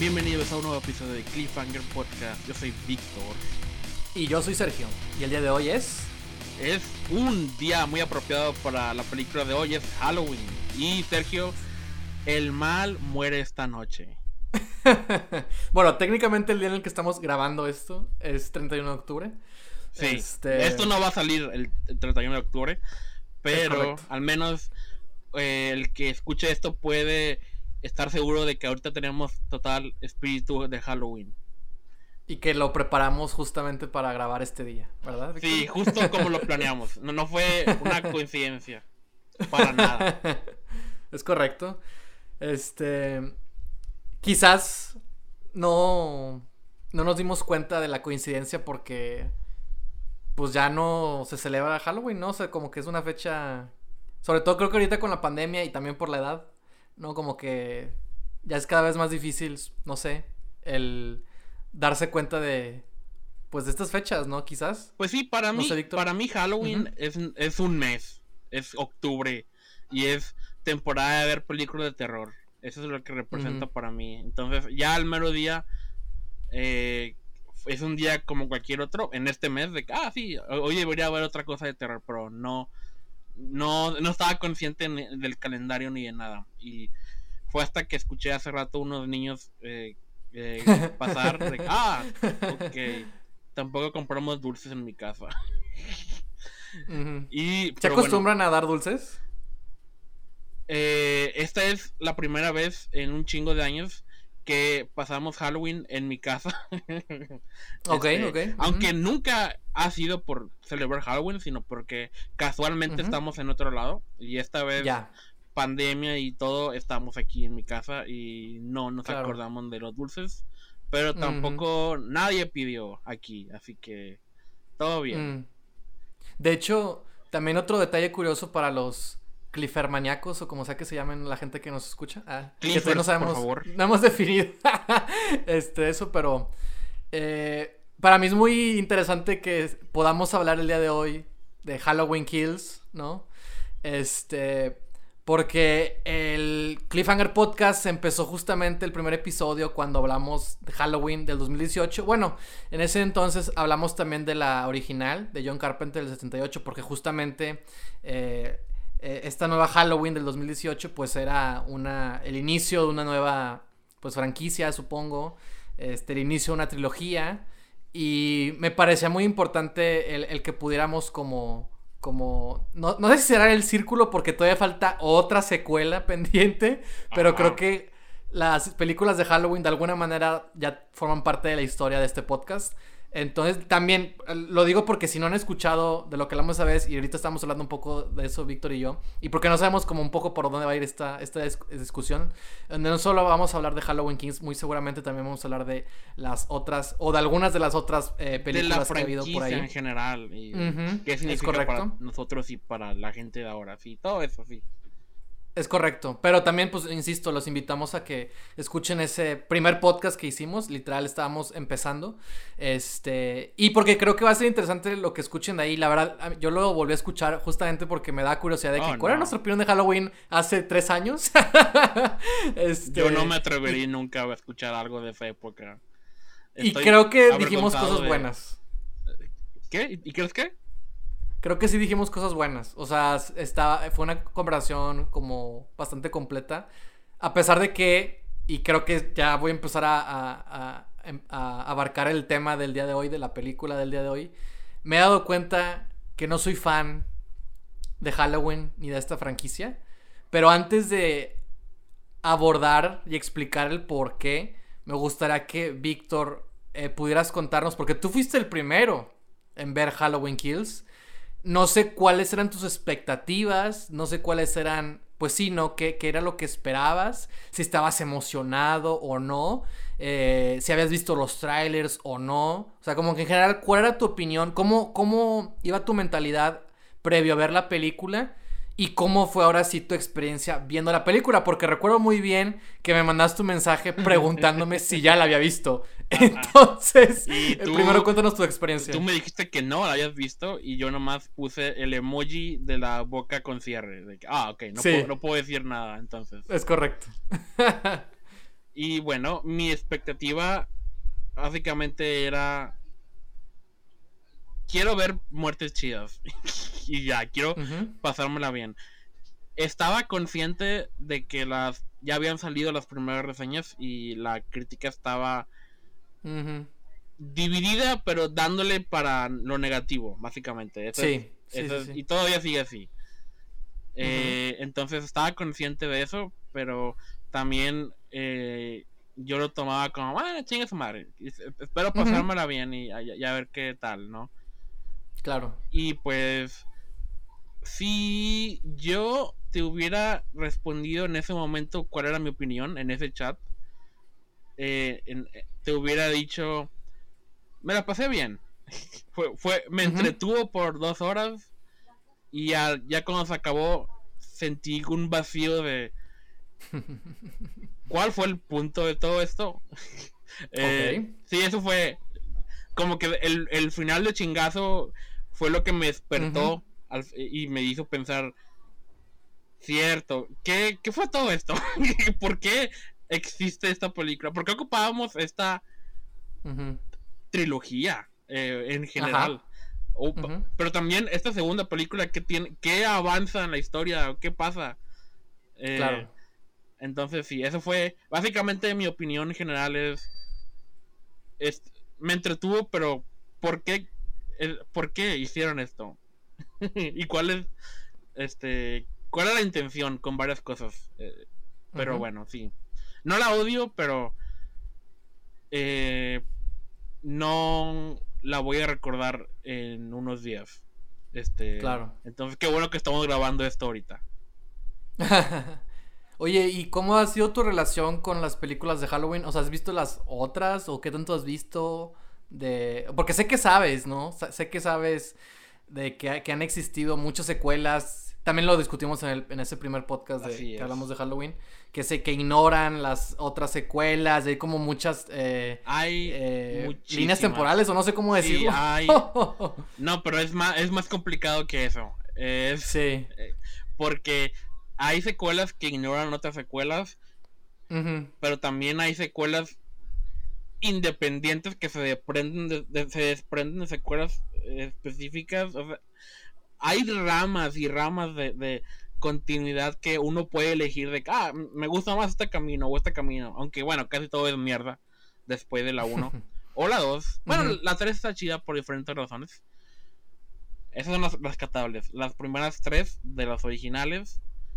Bienvenidos a un nuevo episodio de Cliffhanger Podcast. Yo soy Víctor. Y yo soy Sergio. Y el día de hoy es un día muy apropiado para la película de hoy, es Halloween. Y Sergio, el mal muere esta noche. Bueno, técnicamente el día en el que estamos grabando esto es 31 de octubre. Sí, esto no va a salir el 31 de octubre, pero al menos el que escuche esto puede estar seguro de que ahorita tenemos total espíritu de Halloween. Y que lo preparamos justamente para grabar este día, ¿verdad, Víctor? Sí, justo como lo planeamos. No fue una coincidencia. Para nada. Es correcto. Quizás no nos dimos cuenta de la coincidencia porque pues ya no se celebra Halloween, ¿no? O sea, como que es una fecha, sobre todo creo que ahorita con la pandemia y también por la edad, ¿no? Como que ya es cada vez más difícil, no sé, el darse cuenta de pues de estas fechas, ¿no? Quizás. Pues sí, para mí, sé, para mí Halloween es un mes, es octubre y es temporada de ver películas de terror. Eso es lo que representa para mí. Entonces, ya al mero día es un día como cualquier otro en este mes de que, sí, hoy debería haber otra cosa de terror, pero no estaba consciente del calendario ni de nada. Y fue hasta que escuché hace rato unos niños pasar de ok, tampoco compramos dulces en mi casa. ¿Se acostumbran a dar dulces? Esta es la primera vez en un chingo de años que pasamos Halloween en mi casa. Ok. Aunque nunca ha sido por celebrar Halloween, sino porque casualmente estamos en otro lado. Y esta vez, pandemia y todo, estamos aquí en mi casa y no nos acordamos de los dulces. Pero tampoco nadie pidió aquí, así que todo bien. De hecho, también otro detalle curioso para los cliffermaníacos, o como sea que se llamen la gente que nos escucha. Cliffers, no sabemos, por favor. No hemos definido eso, pero para mí es muy interesante que podamos hablar el día de hoy de Halloween Kills, ¿no? Porque el Cliffhanger Podcast empezó justamente el primer episodio cuando hablamos de Halloween del 2018. Bueno, en ese entonces hablamos también de la original, de John Carpenter del 78, porque justamente esta nueva Halloween del 2018 pues era el inicio de una nueva pues franquicia, supongo, el inicio de una trilogía, y me parecía muy importante el que pudiéramos como no sé si cerrar el círculo porque todavía falta otra secuela pendiente, pero creo que las películas de Halloween de alguna manera ya forman parte de la historia de este podcast. Entonces también lo digo porque si no han escuchado de lo que hablamos esa vez, y ahorita estamos hablando un poco de eso Víctor y yo, y porque no sabemos como un poco por dónde va a ir esta discusión, donde no solo vamos a hablar de Halloween Kills, muy seguramente también vamos a hablar de las otras, o de algunas de las otras películas que ha habido por ahí en general, y qué significa para nosotros y para la gente de ahora, sí, todo eso, sí. Es correcto, pero también pues insisto, los invitamos a que escuchen ese primer podcast que hicimos, literal estábamos empezando, y porque creo que va a ser interesante lo que escuchen de ahí. La verdad, yo lo volví a escuchar justamente porque me da curiosidad de cuál era nuestra opinión de Halloween hace 3 años. Yo no me atrevería nunca a escuchar algo de esa época. Y creo que dijimos cosas buenas. ¿Qué? ¿Y crees qué? Creo que sí dijimos cosas buenas. O sea, fue una conversación como bastante completa. A pesar de que, y creo que ya voy a empezar a abarcar el tema del día de hoy, de la película del día de hoy, me he dado cuenta que no soy fan de Halloween ni de esta franquicia. Pero antes de abordar y explicar el por qué, me gustaría que Víctor pudieras contarnos, porque tú fuiste el primero en ver Halloween Kills. No sé cuáles eran tus expectativas, no sé cuáles eran, pues sí, ¿no? ¿Qué era lo que esperabas? Si estabas emocionado o no, si habías visto los trailers o no. O sea, como que en general, ¿cuál era tu opinión? ¿Cómo iba tu mentalidad previo a ver la película? ¿Y cómo fue ahora sí tu experiencia viendo la película? Porque recuerdo muy bien que me mandaste un mensaje preguntándome si ya la había visto. Entonces, primero cuéntanos tu experiencia. Tú me dijiste que no la habías visto y yo nomás puse el emoji de la boca con cierre. De que, ok, no puedo decir nada, entonces. Es correcto. Y bueno, mi expectativa básicamente era, quiero ver muertes chidas. Y ya, quiero Ujú, pasármela bien. Estaba consciente de que ya habían salido las primeras reseñas y la crítica estaba ujú. dividida, pero dándole para lo negativo, básicamente. Sí, sí, sí, Y sí. todavía sigue así. Ujú, Entonces estaba consciente de eso, pero también yo lo tomaba como, chinga su madre. Espero ujú. pasármela bien y a ver qué tal, ¿no? Claro. Y pues, si yo te hubiera respondido en ese momento cuál era mi opinión en ese chat, te hubiera dicho, me la pasé bien. Me Ujú. entretuvo por 2 horas y ya cuando se acabó sentí un vacío de ¿cuál fue el punto de todo esto? Ok. Sí, eso fue como que el final de chingazo fue lo que me Ujú. despertó y me hizo pensar, cierto, ¿qué fue todo esto? ¿Por qué existe esta película? ¿Por qué ocupábamos esta Ujú. trilogía en Ajá. general? Ujú. Pero también esta segunda película, ¿qué avanza en la historia? ¿Qué pasa? Claro. Eh, entonces sí, eso fue, básicamente mi opinión en general es me entretuvo, pero ¿por qué, ¿por qué hicieron esto? ¿Y cuál es la intención con varias cosas? Pero Ujú. bueno, sí. No la odio, pero eh, no la voy a recordar en unos días. Claro. Entonces qué bueno que estamos grabando esto ahorita. Oye, ¿y cómo ha sido tu relación con las películas de Halloween? O sea, ¿has visto las otras o qué tanto has visto de...? Porque sé que sabes, ¿no? Sé que sabes de que han existido muchas secuelas. También lo discutimos en ese primer podcast Así que hablamos es. de Halloween. Que sé que ignoran las otras secuelas. Hay como muchas Hay líneas muchísimas. temporales o no sé cómo Sí, decirlo. hay. No, pero es más complicado que eso. Sí. Porque hay secuelas que ignoran otras secuelas, Ujú. pero también hay secuelas independientes que se desprenden de secuelas específicas. O sea, hay ramas y ramas de continuidad que uno puede elegir de que, me gusta más este camino o este camino. Aunque bueno, casi todo es mierda después de la uno o la 2. Bueno, Ujú. la 3 está chida por diferentes razones. Esas son las rescatables. Las primeras tres de las originales.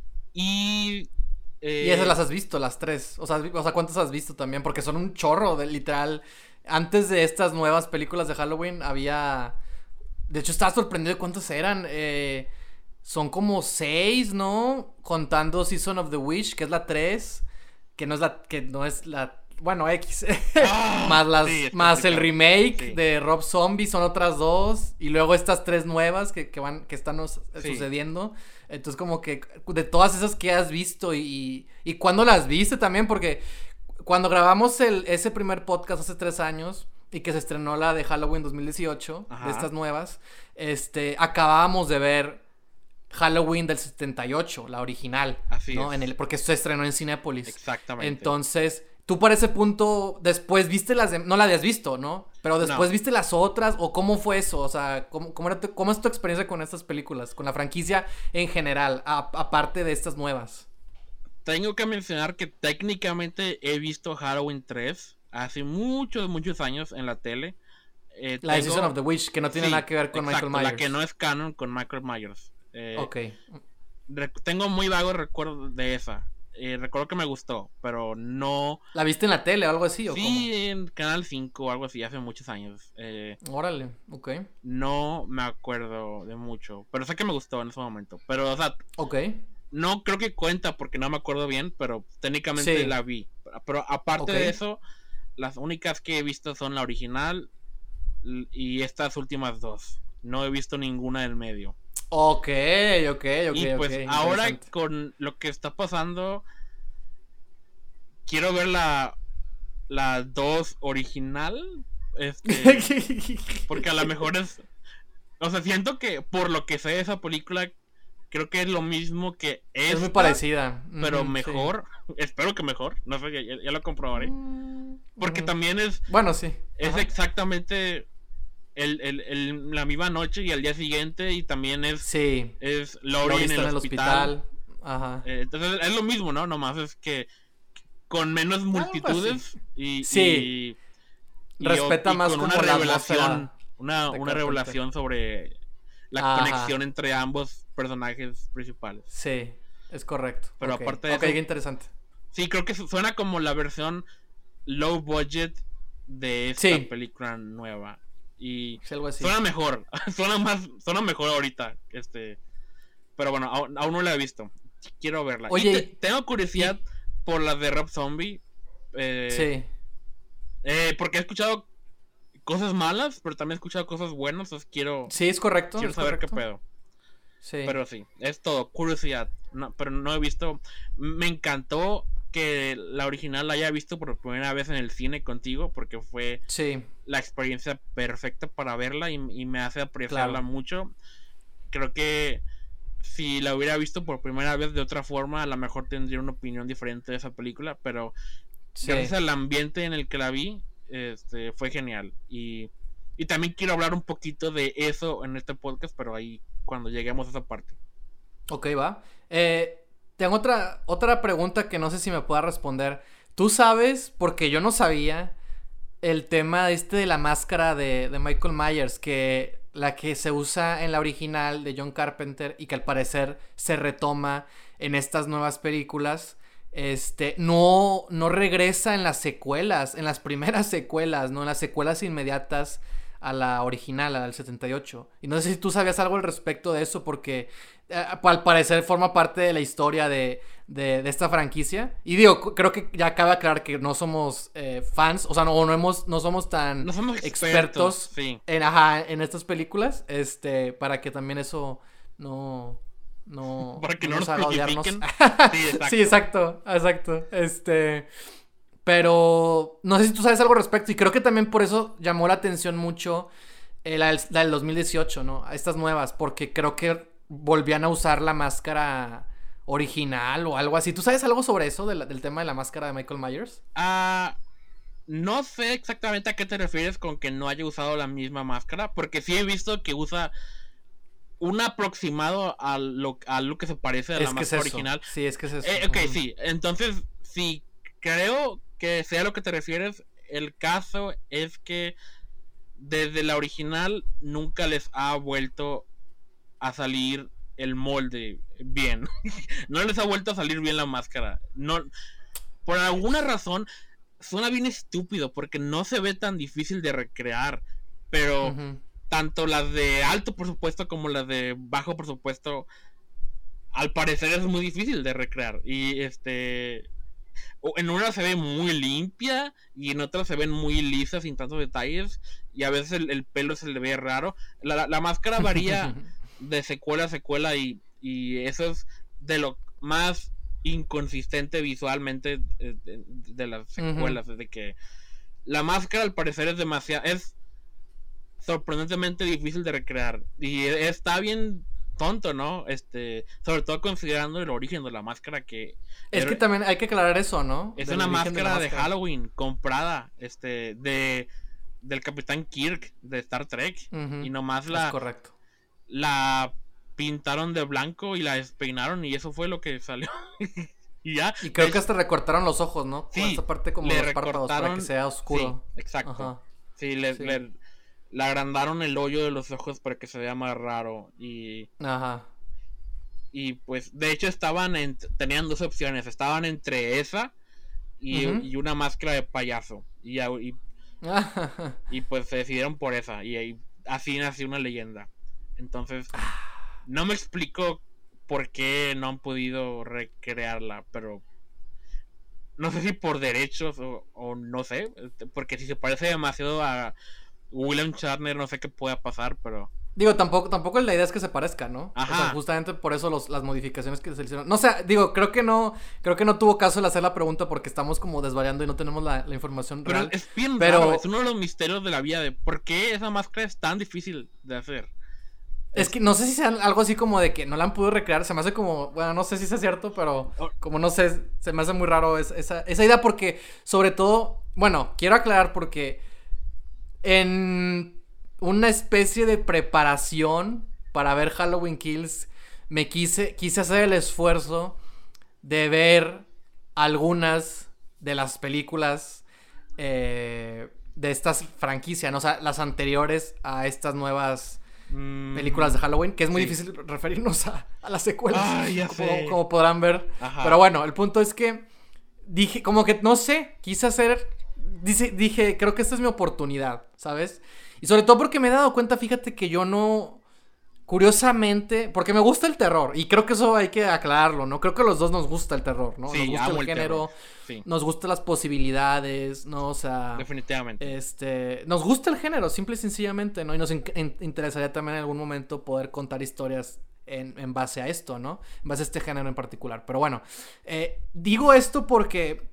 Y Y esas las eh, has visto, las tres. O sea, ¿cuántas has visto también? Porque son un chorro de literal. Antes de estas nuevas películas de Halloween había. De hecho, estaba sorprendido de cuántas eran. Son como seis, ¿no? Contando Season of the Witch, que es la 3. Que no es la. Que no es la. Bueno, X. sí, es Más el complicado. remake Sí, de Rob Zombie son otras dos. Y luego estas tres nuevas que están sí. sucediendo. Entonces, como que de todas esas que has visto y cuándo las viste también, porque cuando grabamos ese primer podcast hace 3 años y que se estrenó la de Halloween 2018, de Ajá, estas nuevas, acabábamos de ver Halloween del 78, la original, así ¿no? es. Porque se estrenó en Cinépolis. Exactamente. Entonces, tú para ese punto, después viste no la habías visto, ¿no? Pero después No, viste las otras, o cómo fue eso, o sea, ¿cómo es tu experiencia con estas películas, con la franquicia en general, aparte de estas nuevas? tengo que mencionar que técnicamente he visto Halloween 3 hace muchos, muchos años en la tele. La de Season of Tengo, the Witch, que no tiene nada sí, que ver con Michael exacto, la que no Myers. es canon con Michael Myers. Ok. Tengo muy vagos recuerdos de esa. Recuerdo que me gustó, pero no. ¿La viste en la tele o algo así o cómo? Sí, en Canal 5 o algo así, hace muchos años. Órale, ok. No me acuerdo de mucho, pero sé que me gustó en ese momento. Pero, o sea, Ok. no creo que cuenta porque no me acuerdo bien, pero técnicamente Sí, la vi. Pero aparte ok. de eso, las únicas que he visto son la original y estas últimas dos. No he visto ninguna del medio. Ok, ok, ok, Y ok. pues ahora Interesante. con lo que está pasando, quiero ver la 2 original. Porque a lo mejor es. O sea, siento que por lo que sé de esa película, creo que es lo mismo que Es muy esta, parecida. pero Sí. mejor. Espero que mejor. No sé, ya lo comprobaré. Porque también Bueno, sí. es Ajá. exactamente la misma noche y al día siguiente. Y también Sí. es Laurie Laurie en está el en el hospital. hospital. Ajá. Entonces es lo mismo, ¿no? Nomás es que con menos Algo así. multitudes Sí. Respeta y más con una como la revelación, atmósfera de una Carpenter. revelación sobre la conexión Ajá. entre ambos personajes principales. Sí. Es correcto. Pero Ok. aparte de Ok, qué eso, interesante. sí, creo que suena como la versión low budget de esta Sí. película nueva. Y Sí, algo así. suena mejor, suena mejor ahorita. Pero bueno, aún no la he visto. Quiero verla. Y Oye, tengo curiosidad y por la de Rob Zombie. Eh, sí. porque he escuchado cosas malas, pero también he escuchado cosas buenas. Entonces Sí, es correcto. quiero Es saber qué correcto. pedo. Sí. Pero sí, es todo, curiosidad. No, pero no he visto. Me encantó que la original la haya visto por primera vez en el cine contigo, porque fue Sí. la experiencia perfecta para verla y me hace apreciarla Claro. mucho. Creo que si la hubiera visto por primera vez de otra forma, a lo mejor tendría una opinión diferente de esa película, pero Sí. gracias al ambiente en el que la vi, fue genial. Y también quiero hablar un poquito de eso en este podcast, pero ahí cuando lleguemos a esa parte. Ok, va. Tengo otra pregunta que no sé si me pueda responder. ¿Tú sabes, porque yo no sabía, el tema de la máscara de Michael Myers, que la que se usa en la original de John Carpenter y que al parecer se retoma en estas nuevas películas, no regresa en las secuelas, en las primeras secuelas, no en las secuelas inmediatas a la original, a la del 78. Y no sé si tú sabías algo al respecto de eso, porque al parecer forma parte de la historia de esta franquicia. Y digo, creo que ya cabe aclarar que no somos fans, o sea, no somos tan No somos expertos sí. en estas películas, para que también eso no Para que no nos nos haga odiarnos. crucifiquen. Sí, exacto. Sí, exacto. Pero no sé si tú sabes algo al respecto. Y creo que también por eso llamó la atención mucho la del 2018, ¿no? A estas nuevas. Porque creo que volvían a usar la máscara original o algo así. ¿Tú sabes algo sobre eso del tema de la máscara de Michael Myers? No sé exactamente a qué te refieres con que no haya usado la misma máscara. Porque sí he visto que usa un aproximado a lo que se parece a la máscara original. Sí, es que es eso. Ok, sí. Entonces, sí, creo que sea a lo que te refieres. El caso es que desde la original nunca les ha vuelto a salir el molde bien. No les ha vuelto a salir bien la máscara. No, por alguna razón suena bien estúpido porque no se ve tan difícil de recrear, pero tanto las de alto presupuesto como las de bajo presupuesto al parecer es muy difícil de recrear. Y en una se ve muy limpia y en otra se ven muy lisas sin tantos detalles y a veces el pelo se le ve raro. La máscara varía de secuela a secuela y eso es de lo más inconsistente visualmente de las secuelas. Desde que la máscara al parecer es sorprendentemente difícil de recrear y está bien tonto, ¿no? Sobre todo considerando el origen de la máscara que que también hay que aclarar eso, ¿no? Es una máscara de Halloween comprada del Capitán Kirk de Star Trek y nomás es correcto. la pintaron de blanco y la despeinaron y eso fue lo que salió. Y ya. Y creo que hasta recortaron los ojos, ¿no? Sí, con esta parte como los párpados para que sea oscuro. Sí, exacto. Ajá. Sí, le agrandaron el hoyo de los ojos para que se vea más raro y y pues de hecho tenían dos opciones, estaban entre esa y una máscara de payaso y pues se decidieron por esa y así nació una leyenda. Entonces no me explico por qué no han podido recrearla, pero no sé si por derechos o no sé, porque si se parece demasiado a William Shatner no sé qué pueda pasar, pero digo, tampoco la idea es que se parezca, ¿no? Ajá. O sea, justamente por eso las modificaciones que se hicieron. No sé, digo, creo que no tuvo caso el hacer la pregunta porque estamos como desvariando y no tenemos la información pero real. Es bien raro, es uno de los misterios de la vida de por qué esa máscara es tan difícil de hacer. Es que no sé si sea algo así como de que no la han podido recrear. Se me hace como, bueno, no sé si es cierto, pero como no sé, se me hace muy raro esa idea porque, sobre todo, bueno, quiero aclarar porque en una especie de preparación para ver Halloween Kills, quise hacer el esfuerzo de ver algunas de las películas de estas franquicias, ¿no? O sea, las anteriores a estas nuevas películas de Halloween, que es muy difícil referirnos a las secuelas, como podrán ver. Ajá. Pero bueno, el punto es que dije, como que no sé, quise hacer, dije, creo que esta es mi oportunidad, ¿sabes? Y sobre todo porque me he dado cuenta, fíjate que yo no, curiosamente, porque me gusta el terror, y creo que eso hay que aclararlo, ¿no? Creo que a los dos nos gusta el terror, ¿no? Sí, nos gusta el género, sí. Nos gustan las posibilidades, ¿no? O sea, definitivamente. Nos gusta el género, simple y sencillamente, ¿no? Y nos interesaría también en algún momento poder contar historias en base a esto, ¿no? En base a este género en particular. Pero bueno, digo esto porque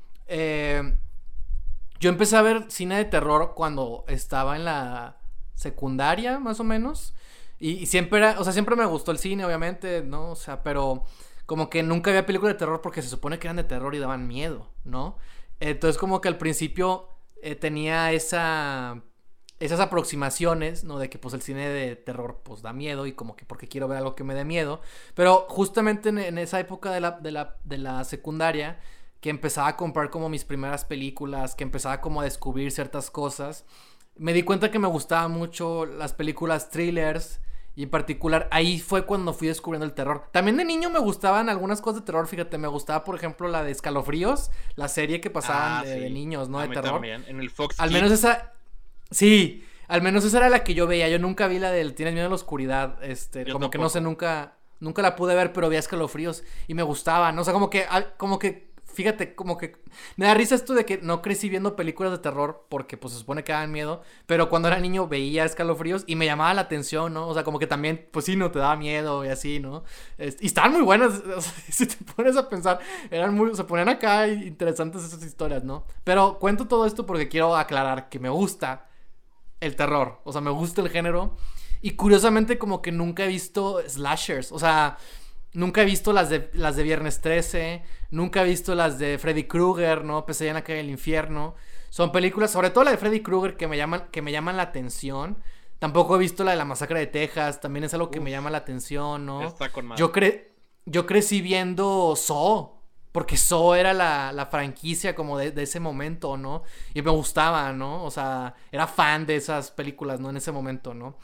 yo empecé a ver cine de terror cuando estaba en la secundaria, más o menos. Y siempre era, o sea, siempre me gustó el cine, obviamente, ¿no? O sea, pero como que nunca había películas de terror porque se supone que eran de terror y daban miedo, ¿no? Entonces como que al principio tenía esas aproximaciones, ¿no? De que pues el cine de terror pues da miedo y como que porque quiero ver algo que me dé miedo. Pero justamente en esa época de la secundaria, que empezaba a comprar como mis primeras películas, que empezaba como a descubrir ciertas cosas, me di cuenta que me gustaban mucho las películas thrillers. Y en particular, ahí fue cuando fui descubriendo el terror. También de niño me gustaban algunas cosas de terror, fíjate. Me gustaba, por ejemplo, la de Escalofríos, la serie que pasaban de niños, ¿no? A de mí terror. También. En el Fox Al Kids. menos esa... Sí, al menos esa era la que yo veía. Yo nunca vi la del Tienes miedo a la oscuridad. Como tampoco. Que no sé, nunca la pude ver, pero vi Escalofríos y me gustaba, ¿no? O sea, como que fíjate, como que me da risa esto de que no crecí viendo películas de terror porque pues se supone que daban miedo, pero cuando era niño veía Escalofríos y me llamaba la atención, ¿no? O sea, como que también, pues sí, no te daba miedo y así, ¿no? Y estaban muy buenas, o sea, si te pones a pensar, se ponían acá interesantes esas historias, ¿no? Pero cuento todo esto porque quiero aclarar que me gusta el terror, o sea, me gusta el género y curiosamente como que nunca he visto slashers, o sea... Nunca he visto las de Viernes 13. Nunca he visto las de Freddy Krueger, ¿no? Pesadilla en la calle del infierno. Son películas, sobre todo la de Freddy Krueger, que me llaman la atención. Tampoco he visto la de la Masacre de Texas. También es algo que me llama la atención, ¿no? Está con madre. Yo crecí viendo Saw. Porque Saw era la franquicia como de ese momento, ¿no? Y me gustaba, ¿no? O sea, era fan de esas películas, ¿no? En ese momento, ¿no?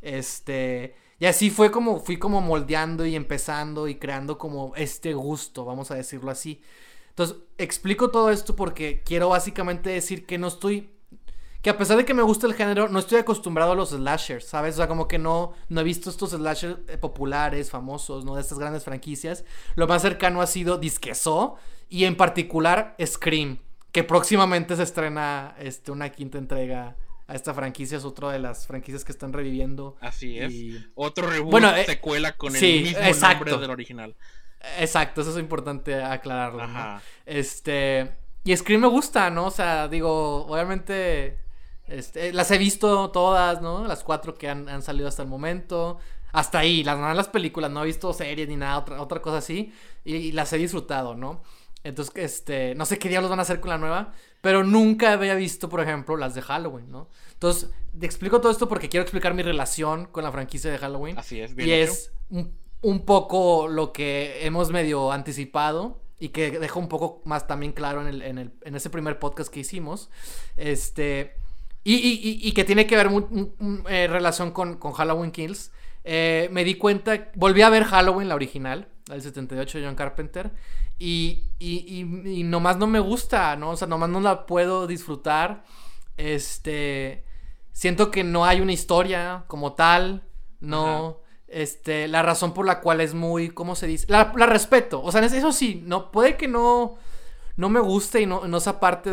Y así fui como moldeando y empezando y creando como este gusto, vamos a decirlo así. Entonces, explico todo esto porque quiero básicamente decir que que a pesar de que me gusta el género, no estoy acostumbrado a los slashers, ¿sabes? O sea, como que no he visto estos slashers populares, famosos, ¿no? De estas grandes franquicias. Lo más cercano ha sido Disque Saw y en particular Scream, que próximamente se estrena una quinta entrega a esta franquicia. Es otra de las franquicias que están reviviendo. Así es. Otro reboot, secuela con el mismo nombre del original. Exacto, eso es importante aclararlo. Ajá. ¿No? Y Scream me gusta, ¿no? O sea, digo, obviamente las he visto todas, ¿no? Las 4 que han salido hasta el momento. Hasta ahí, las películas, no he visto series ni nada, otra cosa así. Y las he disfrutado, ¿no? Entonces, no sé qué diablos van a hacer con la nueva, pero nunca había visto, por ejemplo, las de Halloween, ¿no? Entonces, te explico todo esto porque quiero explicar mi relación con la franquicia de Halloween. Así es, bien y hecho. Es un poco lo que hemos medio anticipado y que dejo un poco más también claro en ese primer podcast que hicimos. Y que tiene que ver relación con Halloween Kills. Me di cuenta, volví a ver Halloween, la original, la del 78 de John Carpenter, y nomás no me gusta, ¿no? O sea, nomás no la puedo disfrutar. Siento que no hay una historia como tal, no. La razón por la cual es muy, ¿cómo se dice? La respeto, o sea, eso sí, no, puede que no me guste y no sea parte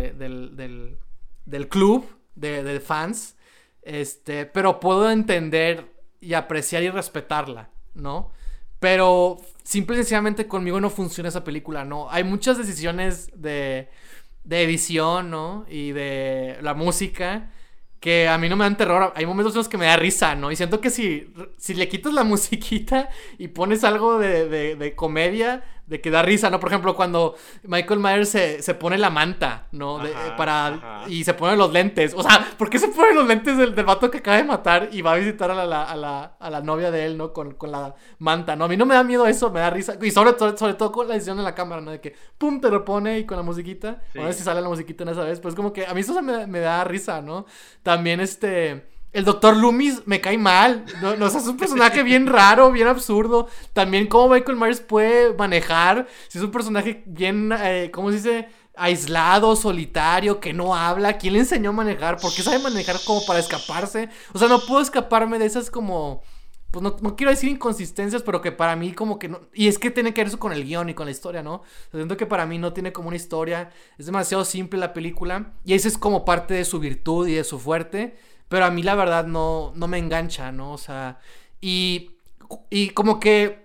del club de fans, pero puedo entender y apreciar y respetarla, ¿no? Pero simple y sencillamente conmigo no funciona esa película, ¿no? Hay muchas decisiones de edición, ¿no? Y de la música que a mí no me dan terror, hay momentos en los que me da risa, ¿no? Y siento que si le quitas la musiquita y pones algo de comedia, de que da risa, ¿no? Por ejemplo, cuando Michael Myers se pone la manta, ¿no? Y se pone los lentes. O sea, ¿por qué se pone los lentes del vato que acaba de matar y va a visitar a la novia de él, ¿no? Con la manta, ¿no? A mí no me da miedo eso, me da risa. Y sobre todo con la edición de la cámara, ¿no? De que, pum, te lo pone y con la musiquita. Sí. A ver si sale la musiquita en esa vez. Pues como que a mí eso me da risa, ¿no? También el Dr. Loomis me cae mal. No, es un personaje bien raro, bien absurdo. También cómo Michael Myers puede manejar. Si es un personaje bien, ¿cómo se dice? Aislado, solitario, que no habla. ¿Quién le enseñó a manejar? ¿Por qué sabe manejar como para escaparse? O sea, no puedo escaparme de esas como... Pues no quiero decir inconsistencias, pero que para mí como que no... Y es que tiene que ver eso con el guión y con la historia, ¿no? O sea, siento que para mí no tiene como una historia. Es demasiado simple la película. Y esa es como parte de su virtud y de su fuerte. Pero a mí la verdad no me engancha, ¿no? O sea... Y como que...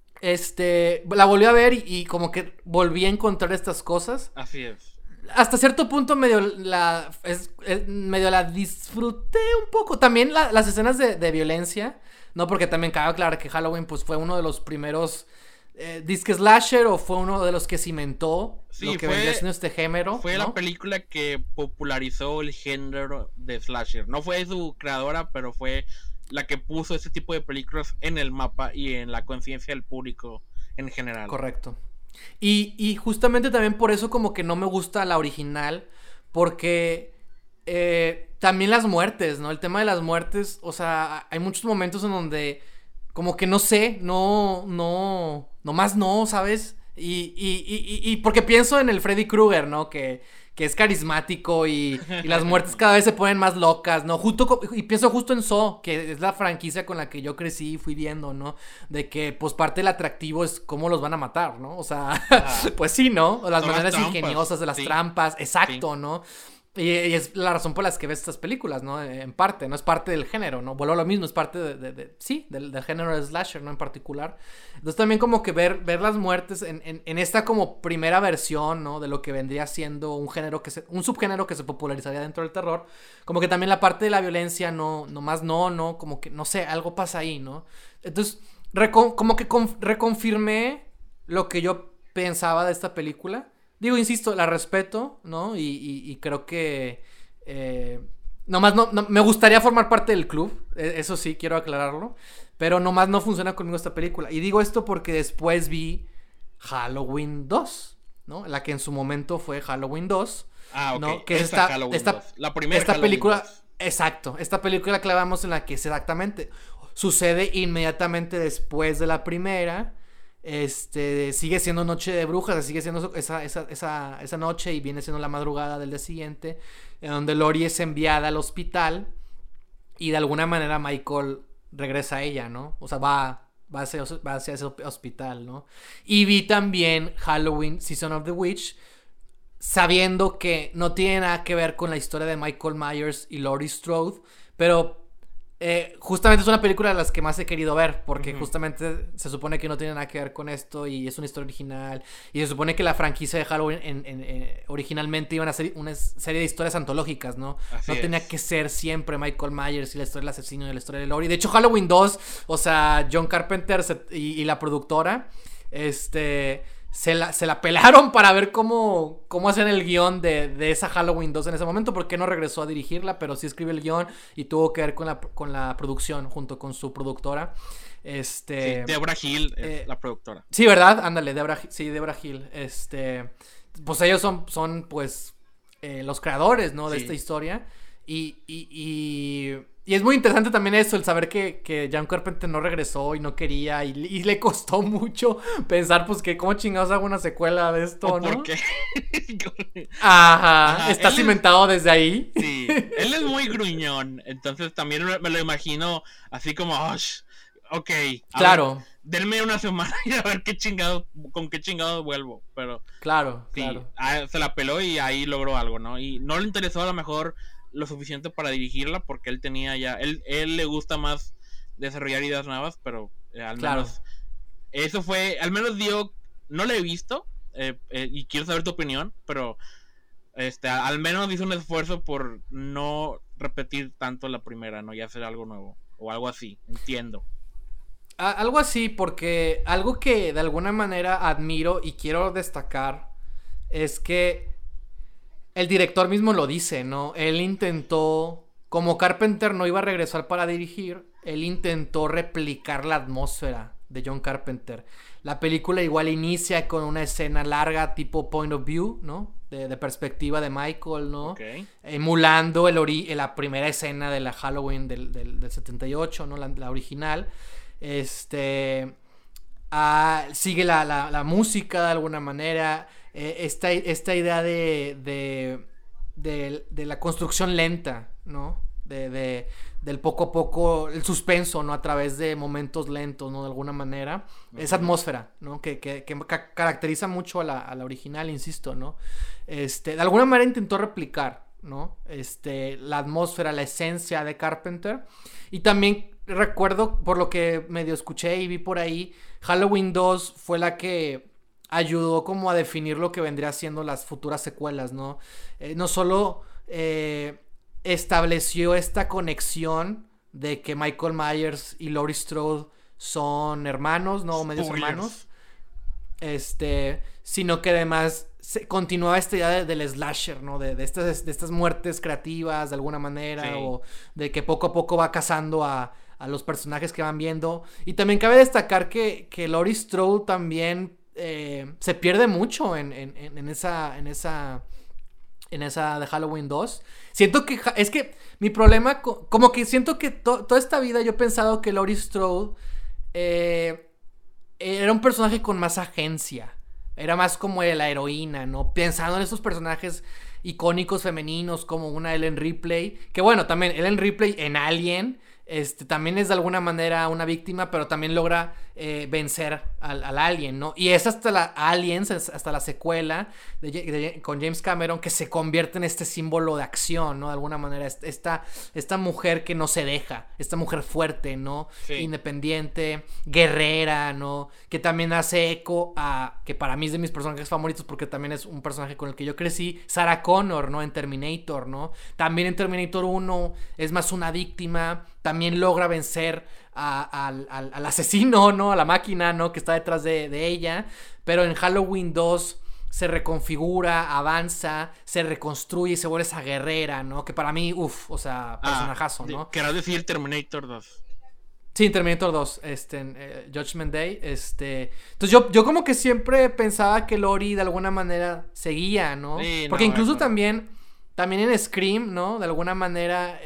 la volví a ver y como que volví a encontrar estas cosas. Así es. Hasta cierto punto medio la disfruté un poco. También las escenas de violencia... No, porque también cabe aclarar que Halloween pues fue uno de los primeros disque slasher o fue uno de los que cimentó lo que vendría siendo este género. Fue, ¿no?, la película que popularizó el género de slasher. No fue su creadora, pero fue la que puso ese tipo de películas en el mapa y en la conciencia del público en general. Correcto. Y justamente también por eso como que no me gusta la original, porque... también las muertes, ¿no? El tema de las muertes, o sea, hay muchos momentos en donde como que no sé, nomás no, ¿sabes? Y porque pienso en el Freddy Krueger, ¿no? Que es carismático y las muertes cada vez se ponen más locas, ¿no? Y pienso justo en Saw, que es la franquicia con la que yo crecí y fui viendo, ¿no? De que, pues, parte del atractivo es cómo los van a matar, ¿no? O sea, pues sí, ¿no? Las maneras ingeniosas de las trampas, exacto, sí. ¿no? Y es la razón por la que ves estas películas, ¿no? En parte, ¿no? Es parte del género, ¿no? Vuelvo a lo mismo, es parte del género de slasher, ¿no? En particular. Entonces también como que ver las muertes en esta como primera versión, ¿no? De lo que vendría siendo un subgénero que se popularizaría dentro del terror. Como que también la parte de la violencia, no, como que, no sé, algo pasa ahí, ¿no? Entonces, como que reconfirmé lo que yo pensaba de esta película. Digo, insisto, la respeto, ¿no? Y creo que... nomás no, me gustaría formar parte del club. Eso sí, quiero aclararlo. Pero nomás no funciona conmigo esta película. Y digo esto porque después vi Halloween 2, ¿no? La que en su momento fue Halloween 2. Ah, ok. ¿no? Que es esta la primera esta Halloween película... 2. Exacto. Esta película que la vemos en la que exactamente sucede inmediatamente después de la primera... sigue siendo Noche de Brujas, sigue siendo esa noche y viene siendo la madrugada del día siguiente, en donde Lori es enviada al hospital y de alguna manera Michael regresa a ella, ¿no? O sea, va hacia ese hospital, ¿no? Y vi también Halloween Season of the Witch, sabiendo que no tiene nada que ver con la historia de Michael Myers y Laurie Strode, pero justamente es una película de las que más he querido ver, porque justamente se supone que no tiene nada que ver con esto y es una historia original, y se supone que la franquicia de Halloween originalmente iban a ser una serie de historias antológicas, ¿no? Así no es. Tenía que ser siempre Michael Myers y la historia del asesino y la historia de Laurie. De hecho, Halloween 2, o sea, John Carpenter y la productora se la pelaron para ver cómo hacían el guión de esa Halloween 2 en ese momento, porque no regresó a dirigirla, pero sí escribió el guión y tuvo que ver con la producción junto con su productora. Sí, Deborah Hill es la productora. Sí, ¿verdad? Ándale, Deborah Hill. Pues ellos son pues los creadores, ¿no? De esta historia. Y es muy interesante también eso, el saber que John Carpenter no regresó y no quería y le costó mucho pensar, pues, que cómo chingados hago una secuela de esto, ¿no? ¿Por qué? Ajá, está cimentado desde ahí. Sí, él es muy gruñón, entonces también me lo imagino así como, ok, claro. Denme una semana y a ver con qué chingado vuelvo, pero... Claro, sí, claro. Se la peló y ahí logró algo, ¿no? Y no le interesó a lo mejor lo suficiente para dirigirla porque él tenía ya... Él le gusta más desarrollar ideas nuevas, pero al menos... Eso fue... Al menos dio... No la he visto y quiero saber tu opinión, pero... al menos hizo un esfuerzo por no repetir tanto la primera, ¿no? Y hacer algo nuevo. O algo así, entiendo. Algo así, porque algo que de alguna manera admiro y quiero destacar es que el director mismo lo dice, ¿no? Él intentó, como Carpenter no iba a regresar para dirigir, él intentó replicar la atmósfera de John Carpenter. La película igual inicia con una escena larga tipo point of view, ¿no? De perspectiva de Michael, ¿no? Okay. Emulando la primera escena de la Halloween del 78, ¿no? La original. Sigue la música de alguna manera. Esta idea de la construcción lenta, ¿no? Del poco a poco, el suspenso, ¿no? A través de momentos lentos, ¿no? De alguna manera. Uh-huh. Esa atmósfera, ¿no? Que caracteriza mucho a la original, insisto, ¿no? De alguna manera intentó replicar, ¿no? La atmósfera, la esencia de Carpenter. Y también recuerdo, por lo que medio escuché y vi por ahí, Halloween 2 fue la que ayudó como a definir lo que vendría siendo las futuras secuelas, ¿no? No solo estableció esta conexión de que Michael Myers y Laurie Strode son hermanos, ¿no? Medios hermanos. Sino que además continuaba esta idea del slasher, ¿no? De estas muertes creativas de alguna manera, sí. O de que poco a poco va cazando a los personajes que van viendo. Y también cabe destacar que Laurie Strode también se pierde mucho en esa de Halloween 2. Siento que es que mi problema, como que siento que toda esta vida yo he pensado que Laurie Strode era un personaje con más agencia. Era más como la heroína, ¿no? Pensando en estos personajes icónicos femeninos como una Ellen Ripley. Que bueno, también Ellen Ripley en Alien también es de alguna manera una víctima, pero también logra vencer al alien, ¿no? Y es hasta la Aliens, hasta la secuela con James Cameron, que se convierte en este símbolo de acción, ¿no? De alguna manera, esta mujer que no se deja, esta mujer fuerte, ¿no? Sí. Independiente, guerrera, ¿no? Que también hace eco a, que para mí es de mis personajes favoritos, porque también es un personaje con el que yo crecí, Sarah Connor, ¿no? En Terminator, ¿no? También en Terminator 1 es más una víctima, también logra vencer al asesino, ¿no? A la máquina, ¿no? Que está detrás de ella. Pero en Halloween 2 se reconfigura, avanza, se reconstruye y se vuelve esa guerrera, ¿no? Que para mí, o sea, personajazo, ¿no? Querrás decir Terminator 2. Sí, Terminator 2, Judgment Day, Entonces yo como que siempre pensaba que Laurie de alguna manera seguía, ¿no? Sí, porque incluso también en Scream, ¿no? De alguna manera,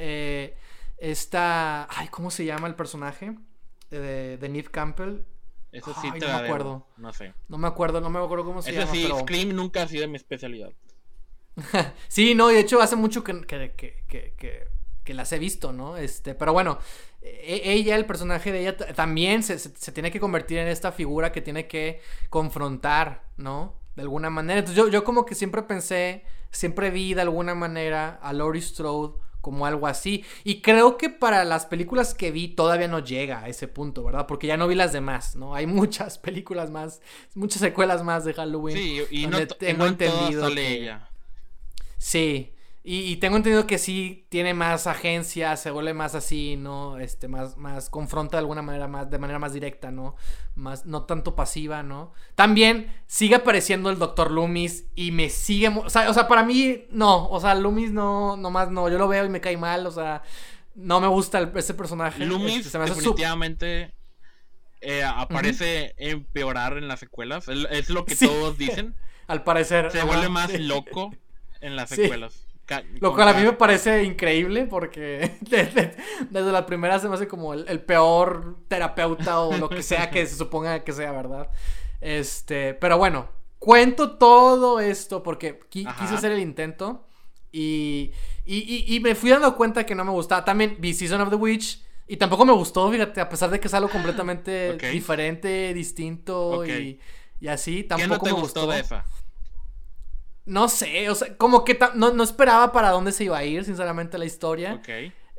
ay, ¿cómo se llama el personaje? De Neve Campbell. Eso sí, no me acuerdo. No sé. No me acuerdo cómo se llama. Eso sí, pero... Scream nunca ha sido mi especialidad. Sí, no, y de hecho hace mucho que las he visto, ¿no? Pero bueno, ella, el personaje de ella también se tiene que convertir en esta figura que tiene que confrontar, ¿no? De alguna manera. Entonces yo como que siempre vi de alguna manera a Laurie Strode como algo así. Y creo que para las películas que vi todavía no llega a ese punto, ¿verdad? Porque ya no vi las demás, ¿no? Hay muchas películas más, muchas secuelas más de Halloween. Sí, y no entendido sale ella. Sí, y tengo entendido que sí tiene más agencia, se vuelve más así, ¿no? Más confronta de alguna manera, de manera más directa, ¿no? Más, no tanto pasiva, ¿no? También sigue apareciendo el Dr. Loomis y me sigue... O sea, para mí, no. O sea, Loomis nomás no. Yo lo veo y me cae mal, o sea... No me gusta ese personaje. Loomis definitivamente aparece empeorar en las secuelas. Es lo que todos dicen. Al parecer. Se vuelve más loco en las secuelas. Sí. Lo cual a mí me parece increíble porque desde la primera se me hace como el peor terapeuta o lo que sea que se suponga que sea, ¿verdad? Pero bueno, cuento todo esto porque quise hacer el intento y me fui dando cuenta que no me gustaba. También vi Season of the Witch y tampoco me gustó, fíjate, a pesar de que es algo completamente diferente, distinto y así, tampoco me gustó de esa. No sé, o sea, como que no esperaba para dónde se iba a ir, sinceramente, la historia. Ok.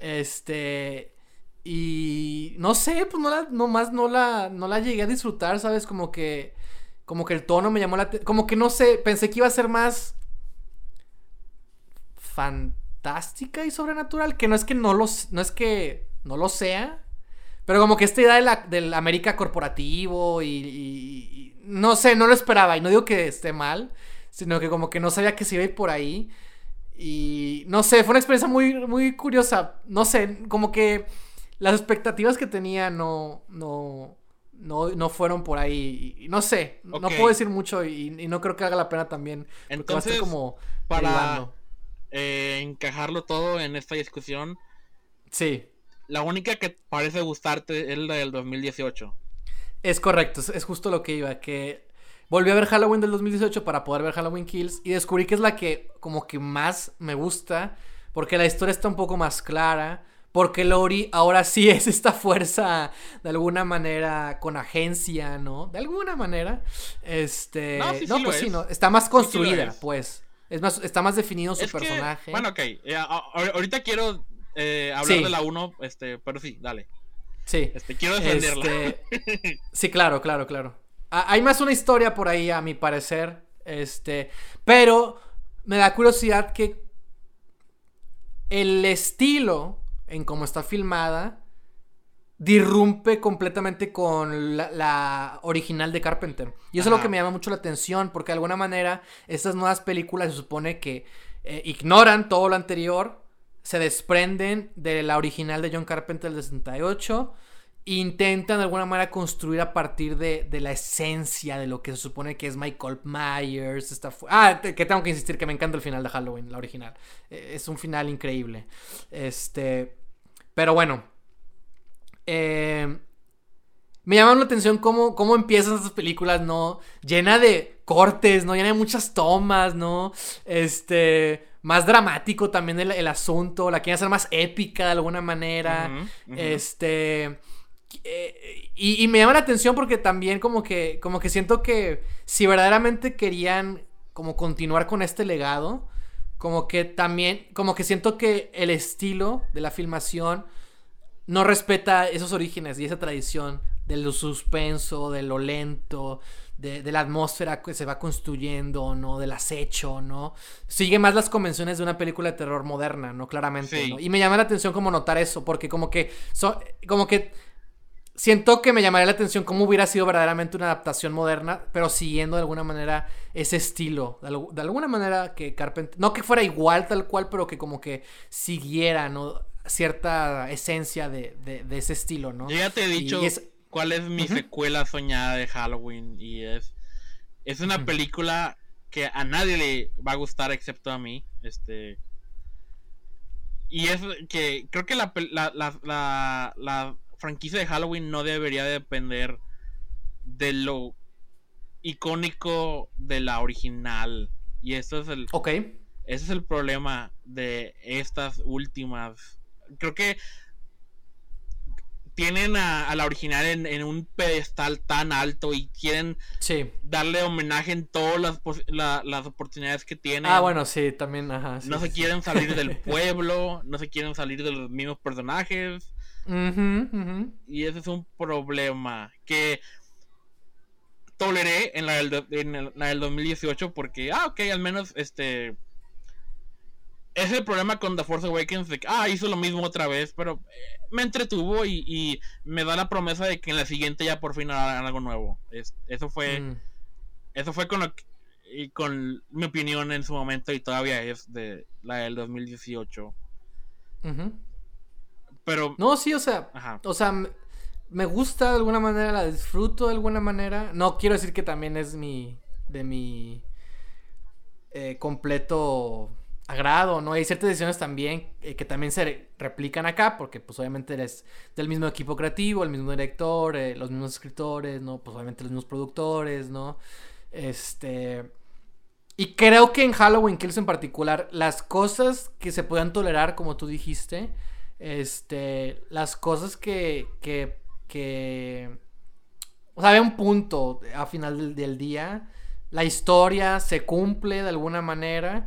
Y no sé, pues no la llegué a disfrutar, ¿sabes? Como que el tono me llamó como que no sé, pensé que iba a ser más fantástica y sobrenatural, que no es que no lo sea, pero como que esta idea del América corporativo y no sé, no lo esperaba, y no digo que esté mal, sino que como que no sabía que se iba a ir por ahí. Y no sé, fue una experiencia muy, muy curiosa. No sé, como que las expectativas que tenía no fueron por ahí. Y no sé, no puedo decir mucho y no creo que haga la pena también. Entonces, va a estar como para encajarlo todo en esta discusión, sí, la única que parece gustarte es la del 2018. es correcto, es justo lo que iba, que volví a ver Halloween del 2018 para poder ver Halloween Kills y descubrí que es la que como que más me gusta, porque la historia está un poco más clara, porque Laurie ahora sí es esta fuerza de alguna manera con agencia, ¿no? De alguna manera. Sí, no, está más construida, sí, pues. Es más, está más definido su personaje. Bueno, ok, ahorita quiero hablar de la 1, pero sí, dale. Sí. Quiero defenderla. Sí, claro. Hay más una historia por ahí, a mi parecer. Pero me da curiosidad que el estilo en cómo está filmada dirrumpe completamente con la original de Carpenter. Y eso es lo que me llama mucho la atención, porque de alguna manera estas nuevas películas se supone que ignoran todo lo anterior, se desprenden de la original de John Carpenter del 68, intentan de alguna manera construir a partir de la esencia de lo que se supone que es Michael Myers. Que tengo que insistir que me encanta el final de Halloween, la original. Es un final increíble. Pero bueno. Me llama la atención cómo empiezan estas películas, ¿no? Llena de cortes, ¿no? Llena de muchas tomas, ¿no? Más dramático también el asunto. La quieren hacer más épica de alguna manera. Y me llama la atención porque también como que siento que si verdaderamente querían como continuar con este legado, como que también, como que siento que el estilo de la filmación no respeta esos orígenes y esa tradición de lo suspenso, de lo lento, de la atmósfera que se va construyendo, ¿no? Del acecho, ¿no? Sigue más las convenciones de una película de terror moderna, ¿no? Claramente, sí. ¿No? Y me llama la atención como notar eso, porque como que siento que me llamaría la atención cómo hubiera sido verdaderamente una adaptación moderna, pero siguiendo de alguna manera ese estilo, de alguna manera que Carpenter, no que fuera igual tal cual, pero que como que siguiera, ¿no? Cierta esencia de ese estilo, ¿no? Yo ya te he dicho cuál es mi secuela soñada de Halloween, y es una película que a nadie le va a gustar excepto a mí, y es que creo que la franquicia de Halloween no debería depender de lo icónico de la original, y eso es ese es el problema de estas últimas. Creo que tienen a la original en un pedestal tan alto y quieren darle homenaje en todas las oportunidades que tienen. Bueno, sí, también, sí, no se quieren salir del pueblo, no se quieren salir de los mismos personajes. Y ese es un problema que toleré en la del 2018 porque, al menos es el problema con The Force Awakens de que hizo lo mismo otra vez, pero me entretuvo y me da la promesa de que en la siguiente ya por fin harán algo nuevo. Eso fue con mi opinión en su momento, y todavía es de la del 2018. Pero no, sí, o sea, me gusta de alguna manera, la disfruto de alguna manera. No quiero decir que también es mi completo agrado, ¿no? Hay ciertas decisiones también que también se replican acá, porque pues obviamente eres del mismo equipo creativo, el mismo director, los mismos escritores, ¿no? Pues obviamente los mismos productores, ¿no? Y creo que en Halloween Kills en particular, las cosas que se puedan tolerar, como tú dijiste, las cosas que o sea, había un punto a final del día, la historia se cumple de alguna manera.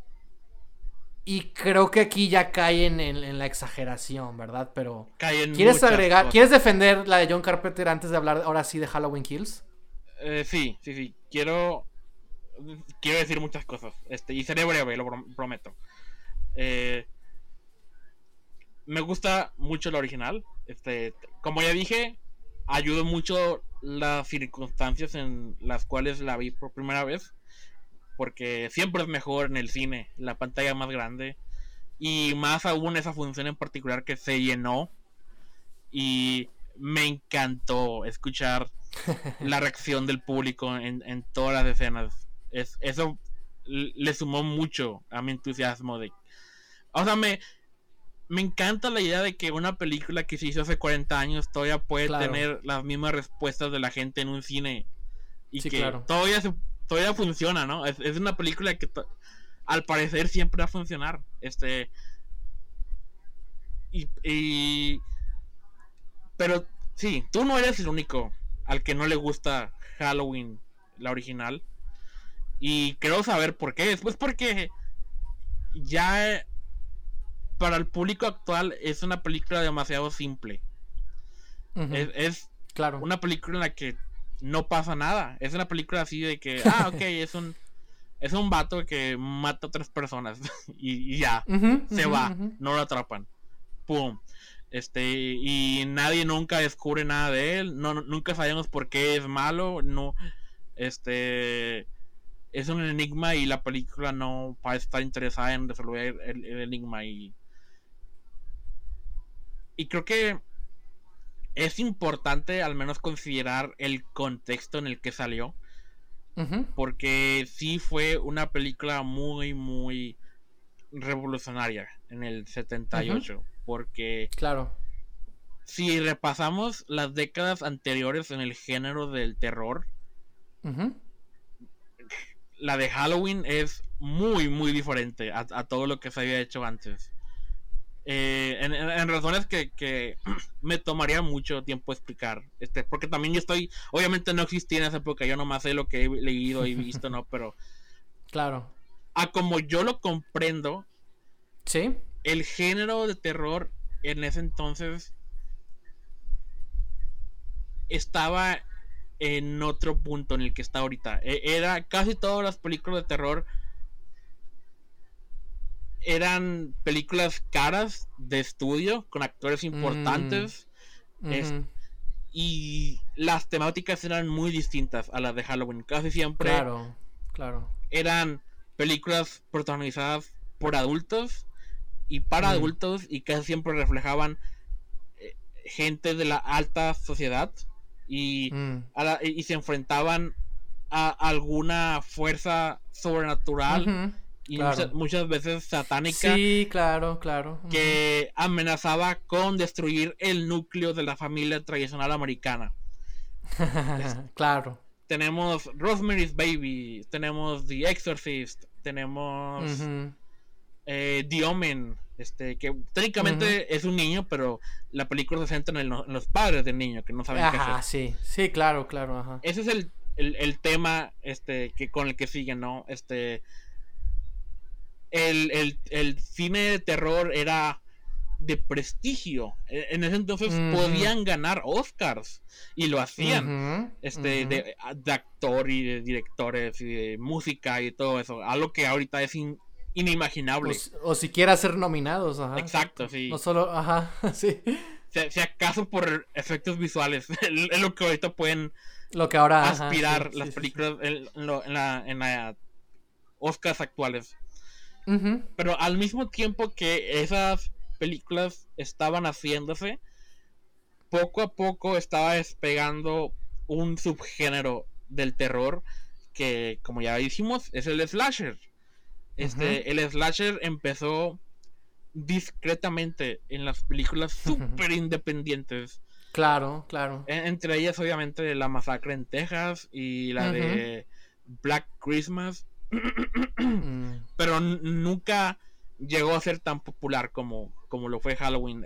Y creo que aquí ya cae en la exageración, ¿verdad? Pero ¿quieres agregar, cosas? ¿Quieres defender la de John Carpenter antes de hablar ahora sí de Halloween Kills? Sí. Quiero decir muchas cosas. Y seré breve, lo prometo. Eh, Me gusta mucho la original. Como ya dije, ayudó mucho las circunstancias en las cuales la vi por primera vez. Porque siempre es mejor en el cine, la pantalla más grande. Y más aún esa función en particular que se llenó. Y me encantó escuchar la reacción del público en todas las escenas. Eso le sumó mucho a mi entusiasmo de... O sea, me encanta la idea de que una película que se hizo hace 40 años todavía puede tener las mismas respuestas de la gente en un cine. Y sí, que todavía funciona, ¿no? Es una película que al parecer siempre va a funcionar. Y pero sí, tú no eres el único al que no le gusta Halloween, la original. Y quiero saber por qué. Pues porque ya para el público actual es una película demasiado simple. Uh-huh. Es claro. una película en la que no pasa nada. Es una película así de que, ok, es un vato que mata a 3 personas y ya, se va, no lo atrapan. Pum. Y nadie nunca descubre nada de él, nunca sabemos por qué es malo, no, es un enigma y la película no parece estar interesada en resolver el enigma y creo que es importante al menos considerar el contexto en el que salió, porque sí fue una película muy muy revolucionaria en el 78, porque claro, si repasamos las décadas anteriores en el género del terror, la de Halloween es muy muy diferente a todo lo que se había hecho antes. En razones que me tomaría mucho tiempo explicar, porque también yo obviamente no existía en esa época, yo nomás sé lo que he leído y visto, ¿no? Pero claro, a como yo lo comprendo, sí, el género de terror en ese entonces estaba en otro punto en el que está ahorita. Era casi todas las películas de terror eran películas caras de estudio con actores importantes, y las temáticas eran muy distintas a las de Halloween. Casi siempre claro, eran películas protagonizadas por adultos y para adultos, y casi siempre reflejaban gente de la alta sociedad y se enfrentaban a alguna fuerza sobrenatural y muchas veces satánica, sí, claro, que amenazaba con destruir el núcleo de la familia tradicional americana. claro. Tenemos Rosemary's Baby, tenemos The Exorcist, tenemos The Omen, que técnicamente es un niño, pero la película se centra en los padres del niño que no saben qué hacer. Sí, claro, ajá. Ese es el tema que con el que siguen, ¿no? El cine de terror era de prestigio. En ese entonces podían ganar Oscars y lo hacían, de actor y de directores y de música y todo eso, algo que ahorita es inimaginable. O siquiera ser nominados, ajá. Exacto, sí. No solo, ajá, sí. Si acaso por efectos visuales es lo que ahorita pueden aspirar, ajá, las películas en la Oscars actuales. Pero al mismo tiempo que esas películas estaban haciéndose, poco a poco estaba despegando un subgénero del terror que, como ya dijimos, es el slasher. El slasher empezó discretamente en las películas súper independientes. Claro. Entre ellas, obviamente, La Masacre en Texas y la de Black Christmas. Pero nunca llegó a ser tan popular como lo fue Halloween.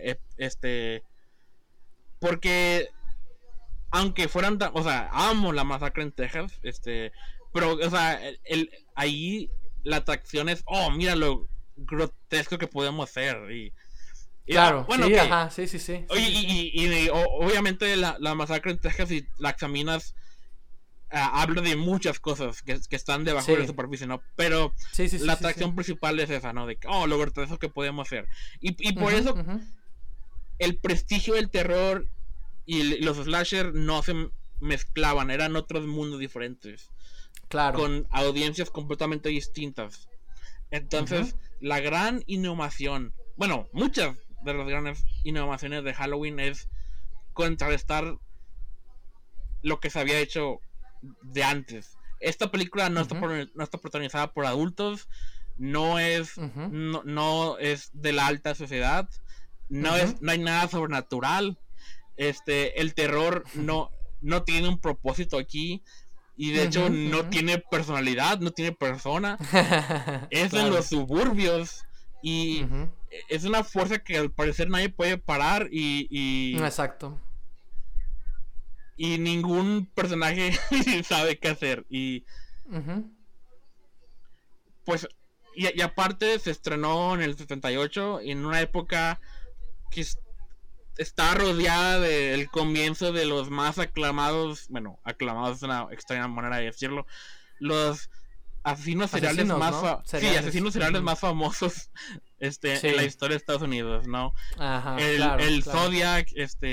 Porque aunque fueran o sea, amo La Masacre en Texas, pero o sea, ahí la atracción es, mira lo grotesco que podemos hacer claro, bueno, sí, okay. Ajá, sí. Oye, y obviamente la Masacre en Texas, si la examinas habla de muchas cosas que están debajo Sí. de la superficie, ¿no? Pero Sí, sí, sí, la sí, atracción sí. principal es esa, ¿no? De que, lo grotesco que podemos hacer. Y por Ujú, eso ujú. el prestigio del terror y los slasher no se mezclaban, eran otros mundos diferentes, Claro. con audiencias completamente distintas. Ujú, Entonces, la gran innovación, bueno, muchas de las grandes innovaciones de Halloween es contrarrestar lo que se había hecho de antes. Esta película no está, ujú, no está protagonizada por adultos, no es, ujú, no es de la alta sociedad, ujú. no hay nada sobrenatural. El terror no tiene un propósito aquí, y de Ujú, hecho no ujú. tiene personalidad, no tiene persona. Es en Claro. los suburbios y Ujú. es una fuerza que al parecer nadie puede parar, Exacto. y ningún personaje sabe qué hacer. Y Ujú, pues, y aparte se estrenó en el 78, en una época que está rodeada del comienzo de los más aclamados, bueno, aclamados es una extraña manera de decirlo, los asesinos seriales asesinos, más ¿no? sí, Seriales. asesinos seriales Ujú. más famosos en la Sí. historia de Estados Unidos, ¿no? Ajá, claro, El claro. Zodiac,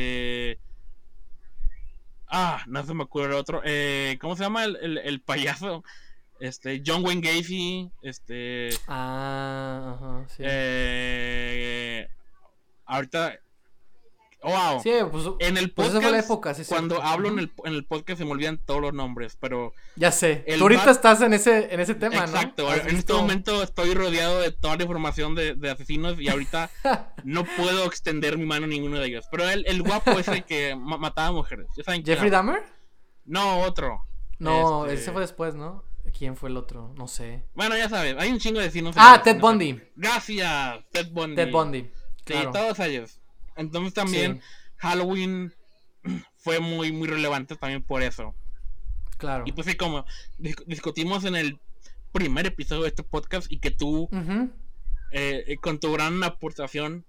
no se me ocurre otro, ¿cómo se llama el payaso? John Wayne Gacy, Ah, ajá, sí. eh, ahorita, wow, Sí, pues, en el pues esa fue la podcast, época, sí es cuando cierto. hablo Ujú. en el podcast se me olvidan todos los nombres, pero Ya sé. Tú el ahorita Bat, estás en ese tema, ¿no? exacto, ¿Has en este visto? momento estoy rodeado de toda la información de asesinos y ahorita no puedo extender mi mano a ninguno de ellos, pero el guapo ese que mataba mujeres, ¿ya saben quién ¿Jeffrey hablo? Dahmer? No, otro, No, ese fue después, ¿no? ¿Quién fue el otro? No sé. bueno, ya sabes, hay un chingo de asesinos Ah, seriales, Ted no sé. Bundy. Gracias, Ted Ted Bundy. Bundy. Sí, Claro. todos ellos. Entonces también Sí, Halloween fue muy, muy relevante también por eso. Y claro. pues sí, como discutimos en el primer episodio de este podcast y que tú, Ujú, con tu gran aportación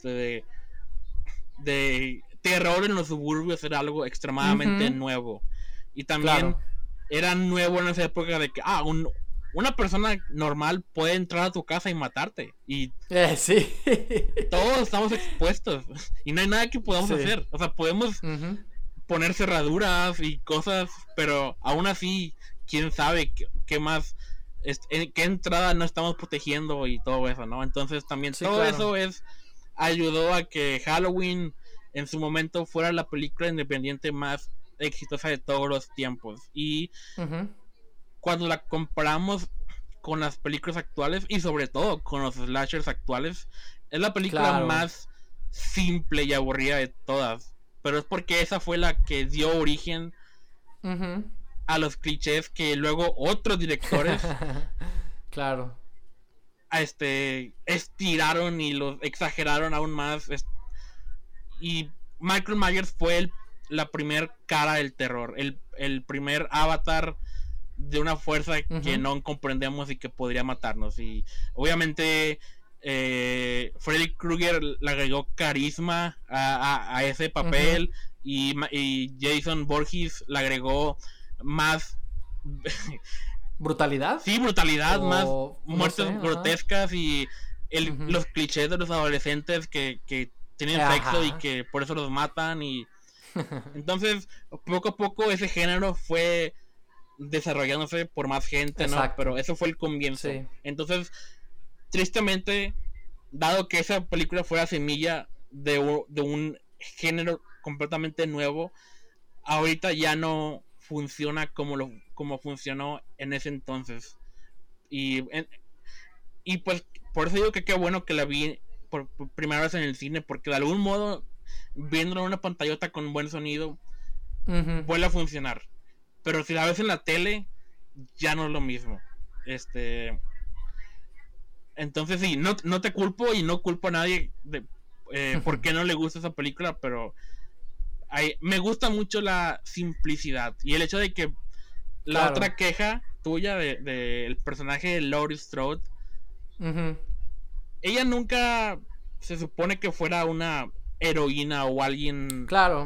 de terror en los suburbios, era algo extremadamente ujú, nuevo. Y también claro. era nuevo en esa época de que, una persona normal puede entrar a tu casa y matarte. Y Sí. todos estamos expuestos. Y no hay nada que podamos Sí. hacer. O sea, podemos Ujú. poner cerraduras y cosas, pero aún así, quién sabe qué más, en qué entrada no estamos protegiendo y todo eso, ¿no? Entonces también Sí, todo claro. eso ayudó a que Halloween en su momento fuera la película independiente más exitosa de todos los tiempos. Y Ujú, cuando la comparamos con las películas actuales y sobre todo con los slashers actuales, es la película claro. más simple y aburrida de todas. Pero es porque esa fue la que dio origen Ujú. a los clichés que luego otros directores Claro. estiraron y los exageraron aún más. Y Michael Myers fue la primer cara del terror, el primer avatar de una fuerza que Ujú, no comprendemos y que podría matarnos. Y obviamente Freddy Krueger le agregó carisma a ese ujú. papel, y Jason Voorhees le agregó más ¿Brutalidad? sí, brutalidad, más O no sé, muertes ajá. grotescas y Ujú. los clichés de los adolescentes que tienen sexo y Ajá. que por eso los matan. Y entonces poco a poco ese género fue desarrollándose por más gente, ¿no? Exacto. Pero eso fue el comienzo. Sí. Entonces, tristemente, dado que esa película fue la semilla de un género completamente nuevo, ahorita ya no funciona como funcionó en ese entonces. Y, y pues por eso digo que qué bueno que la vi por primera vez en el cine, porque de algún modo, viéndolo en una pantallota con buen sonido, Ujú. vuelve a funcionar. Pero si la ves en la tele, ya no es lo mismo. Este, entonces sí, no te culpo y no culpo a nadie de por qué no le gusta esa película, pero me gusta mucho la simplicidad y el hecho de que la Claro. otra queja tuya del personaje de Laurie Strode, Ujú. ella nunca se supone que fuera una heroína o alguien Claro.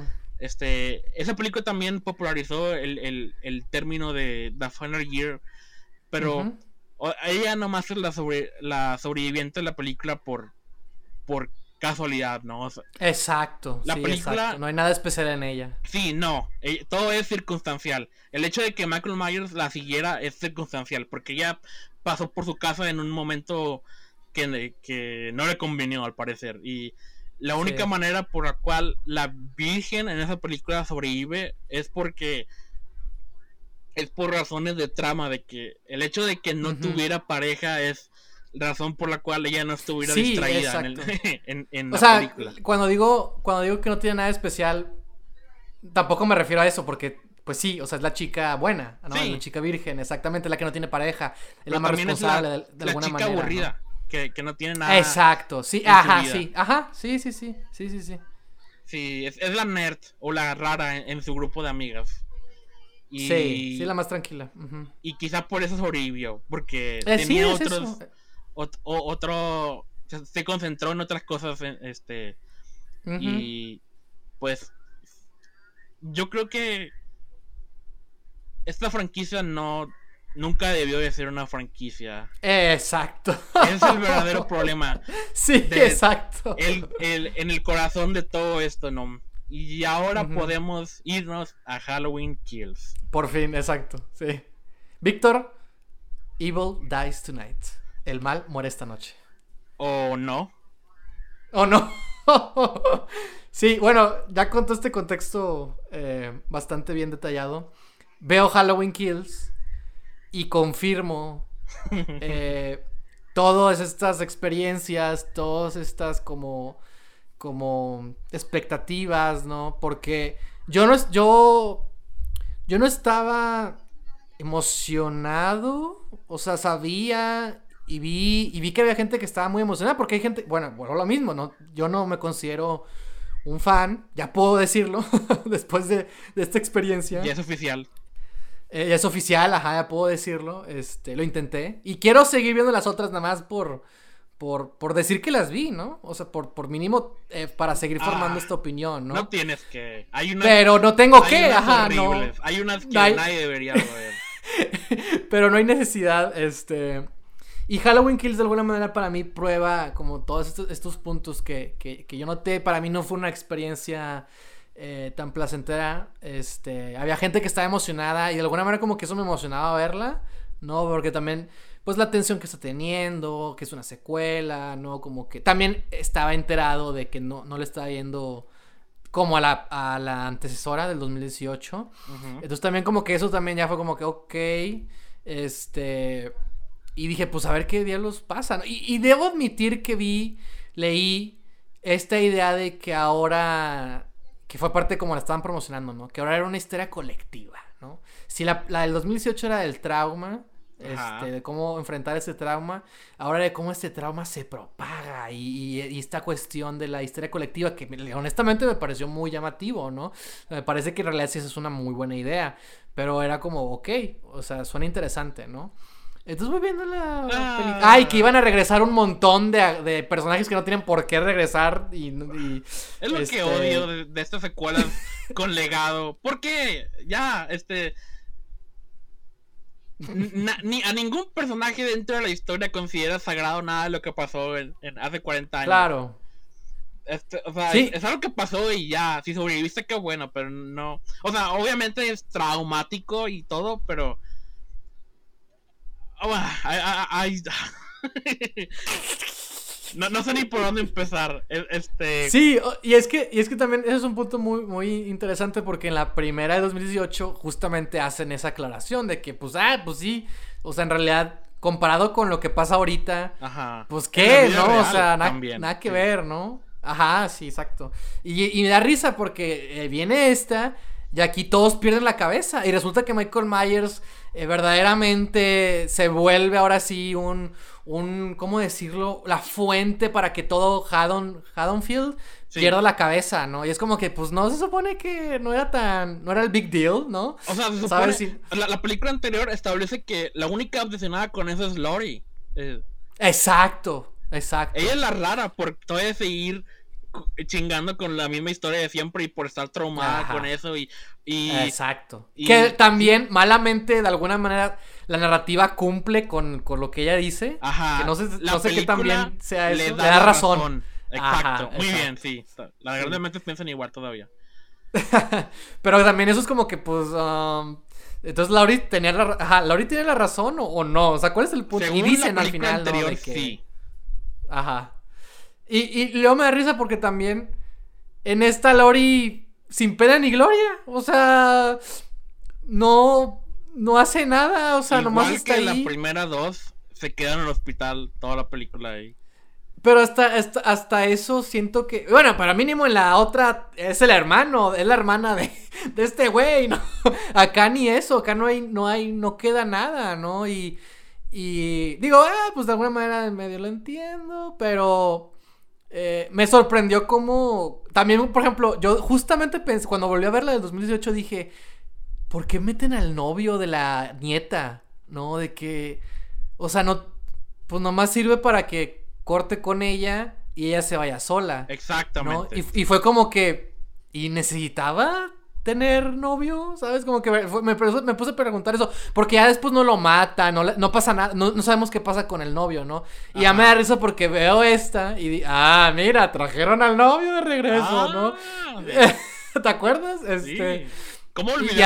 esa película también popularizó el término de The Final Year, pero ella nomás es la sobreviviente de la película por casualidad, ¿no? O sea, exacto, la película, exacto. No hay nada especial en ella. Sí, no, todo es circunstancial. El hecho de que Michael Myers la siguiera es circunstancial, porque ella pasó por su casa en un momento que no le convenió, al parecer. Y la única manera por la cual la Virgen en esa película sobrevive es por razones de trama, de que el hecho de que no tuviera pareja es razón por la cual ella no estuviera distraída en la película. Cuando digo que no tiene nada especial, tampoco me refiero a eso, porque pues sí, o sea, es la chica buena, ¿no? Es la chica virgen, exactamente, la que no tiene pareja, es la más responsable de alguna manera. La chica aburrida, ¿no? que no tiene nada. Exacto, sí, sí. Sí, es la nerd o la rara en su grupo de amigas. Sí, la más tranquila. Y quizá por eso sobrevivió, porque tenía se concentró en otras cosas, y pues yo creo que esta franquicia nunca debió de ser una franquicia. Exacto. Ese es el verdadero problema. Sí, exacto. En el corazón de todo esto, ¿no? Y ahora podemos irnos a Halloween Kills. Por fin, exacto, sí. Víctor, Evil dies tonight. El mal muere esta noche. ¿O no? ¿O no? Sí, bueno, ya con todo este contexto bastante bien detallado, veo Halloween Kills y confirmo todas estas experiencias, todas estas como expectativas, ¿no? Porque yo no estaba emocionado, o sea, sabía y vi que había gente que estaba muy emocionada, porque hay gente, bueno, lo mismo, ¿no? Yo no me considero un fan, ya puedo decirlo, después de esta experiencia. Ya es oficial. Ya es oficial, ya puedo decirlo, lo intenté, y quiero seguir viendo las otras nada más por decir que las vi, ¿no? O sea, por mínimo para seguir formando esta opinión, ¿no? No tienes que. Pero no tengo que, no. Hay unas que nadie debería ver. Pero no hay necesidad, Y Halloween Kills de alguna manera para mí prueba como todos estos puntos que yo noté. Para mí no fue una experiencia tan placentera. Había gente que estaba emocionada y de alguna manera como que eso me emocionaba verla, ¿no? Porque también pues la tensión que está teniendo, que es una secuela, ¿no? Como que también estaba enterado de que no le estaba yendo como a la antecesora del 2018. Entonces también como que eso también ya fue como que ok, y dije, pues a ver qué diablos pasa, ¿no? Y debo admitir que leí esta idea de que ahora, que fue parte como la estaban promocionando, ¿no? Que ahora era una historia colectiva, ¿no? Si la del 2018 era del trauma, de cómo enfrentar ese trauma, ahora de cómo este trauma se propaga y esta cuestión de la histeria colectiva que honestamente me pareció muy llamativo, ¿no? Me parece que en realidad sí es una muy buena idea, pero era como, ok, o sea, suena interesante, ¿no? Entonces voy viendo la película. Ay, que iban a regresar un montón de personajes que no tienen por qué regresar y es lo que odio de estas secuelas con legado. ¿Por qué? Ya, a ningún personaje dentro de la historia considera sagrado nada de lo que pasó en hace 40 años. Claro. O sea, sí. Es algo que pasó y ya, si sobreviviste, qué bueno, pero no. O sea, obviamente es traumático y todo, pero. No sé ni por dónde empezar. Sí, y es que también ese es un punto muy, muy interesante, porque en la primera de 2018 justamente hacen esa aclaración de que, pues sí, o sea, en realidad, comparado con lo que pasa ahorita, pues qué, ¿no? O sea, nada que ver, ¿no? Ajá, sí, exacto. Y me da risa porque viene esta y aquí todos pierden la cabeza y resulta que Michael Myers verdaderamente se vuelve ahora sí un ¿cómo decirlo? La fuente para que todo Haddonfield pierda la cabeza, ¿no? Y es como que, pues, no se supone que no era el big deal, ¿no? O sea, se supone, la película anterior establece que la única obsesionada con eso es Laurie. Exacto. Ella es la rara por todavía seguir chingando con la misma historia de siempre y por estar traumada con eso y exacto. Que también malamente de alguna manera la narrativa cumple con lo que ella dice. Ajá. Que no sé qué también sea eso. Le da razón. Exacto. Ajá, muy exacto. bien, sí. La verdad, realmente piensan igual todavía. Pero también eso es como que pues entonces Laurie tenía Laurie tiene la razón o no, o sea, ¿cuál es el punto? Según y dicen la al final anterior, ¿no? De que, sí. Ajá. Y luego me da risa porque también en esta Laurie sin pena ni gloria, o sea, no hace nada, o sea, igual nomás está que ahí. La primera dos se quedan en el hospital toda la película ahí. Pero hasta eso siento que... Bueno, para mínimo en la otra es el hermano, es la hermana de este güey, ¿no? Acá ni eso, acá no queda nada, ¿no? Y digo, pues de alguna manera medio lo entiendo, pero me sorprendió como... También, por ejemplo, yo justamente pensé, cuando volví a ver la del 2018 dije, ¿por qué meten al novio de la nieta? ¿No? De que... O sea, no... Pues nomás sirve para que corte con ella y ella se vaya sola. Exactamente. ¿no? Y fue como que... ¿Y necesitaba tener novio? ¿Sabes? Como que me puse a preguntar eso. Porque ya después no lo mata, no pasa nada. No sabemos qué pasa con el novio, ¿no? Y ya me da risa porque veo esta y mira, trajeron al novio de regreso, ¿no? ¿Te acuerdas? Sí. ¿Cómo olvidarlo?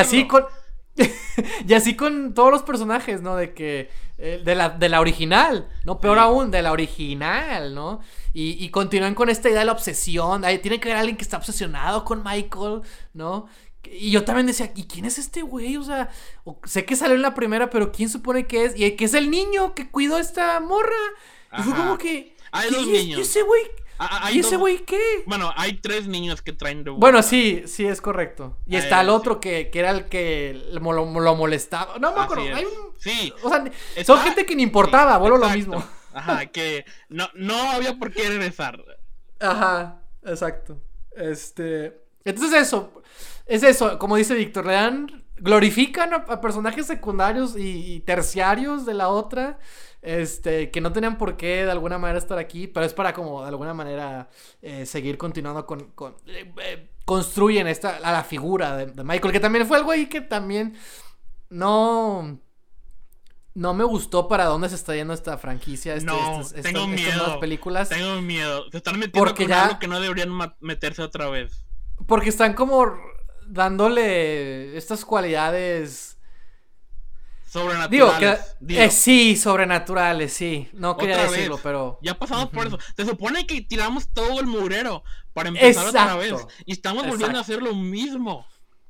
Y así con todos los personajes, ¿no? De que... de la original, ¿no? Peor aún, de la original, ¿no? Y continúan con esta idea de la obsesión. Tiene que haber alguien que está obsesionado con Michael, ¿no? Y yo también decía, ¿y quién es este güey? O sea, sé que salió en la primera, pero ¿quién supone que es? Y que es el niño que cuidó a esta morra. Ajá. Y fue como que... Hay dos niños. ¿Y ese güey? ¿Y ese güey qué? Bueno, hay 3 niños que traen de vuelta. Bueno, sí, es correcto. Y está el otro que era el que lo molestaba. No me acuerdo. Sí. O sea, son gente que ni importaba, sí, vuelvo lo mismo. Ajá, que no había por qué regresar. Ajá, exacto. Entonces es eso, como dice Víctor, glorifican a personajes secundarios y terciarios de la otra. Que no tenían por qué de alguna manera estar aquí, pero es para como de alguna manera seguir continuando construyen a la figura de Michael, que también fue algo ahí que también no me gustó para dónde se está yendo esta franquicia. Tengo miedo. Estas nuevas películas. Tengo miedo. Se están metiendo con algo que no deberían meterse otra vez. Porque están como dándole estas cualidades sobrenaturales. Sí, sobrenaturales, sí. No quería decirlo, vez. pero... Ya pasamos por eso. Se supone que tiramos todo el mugrero para empezar otra vez. Y estamos volviendo a hacer lo mismo.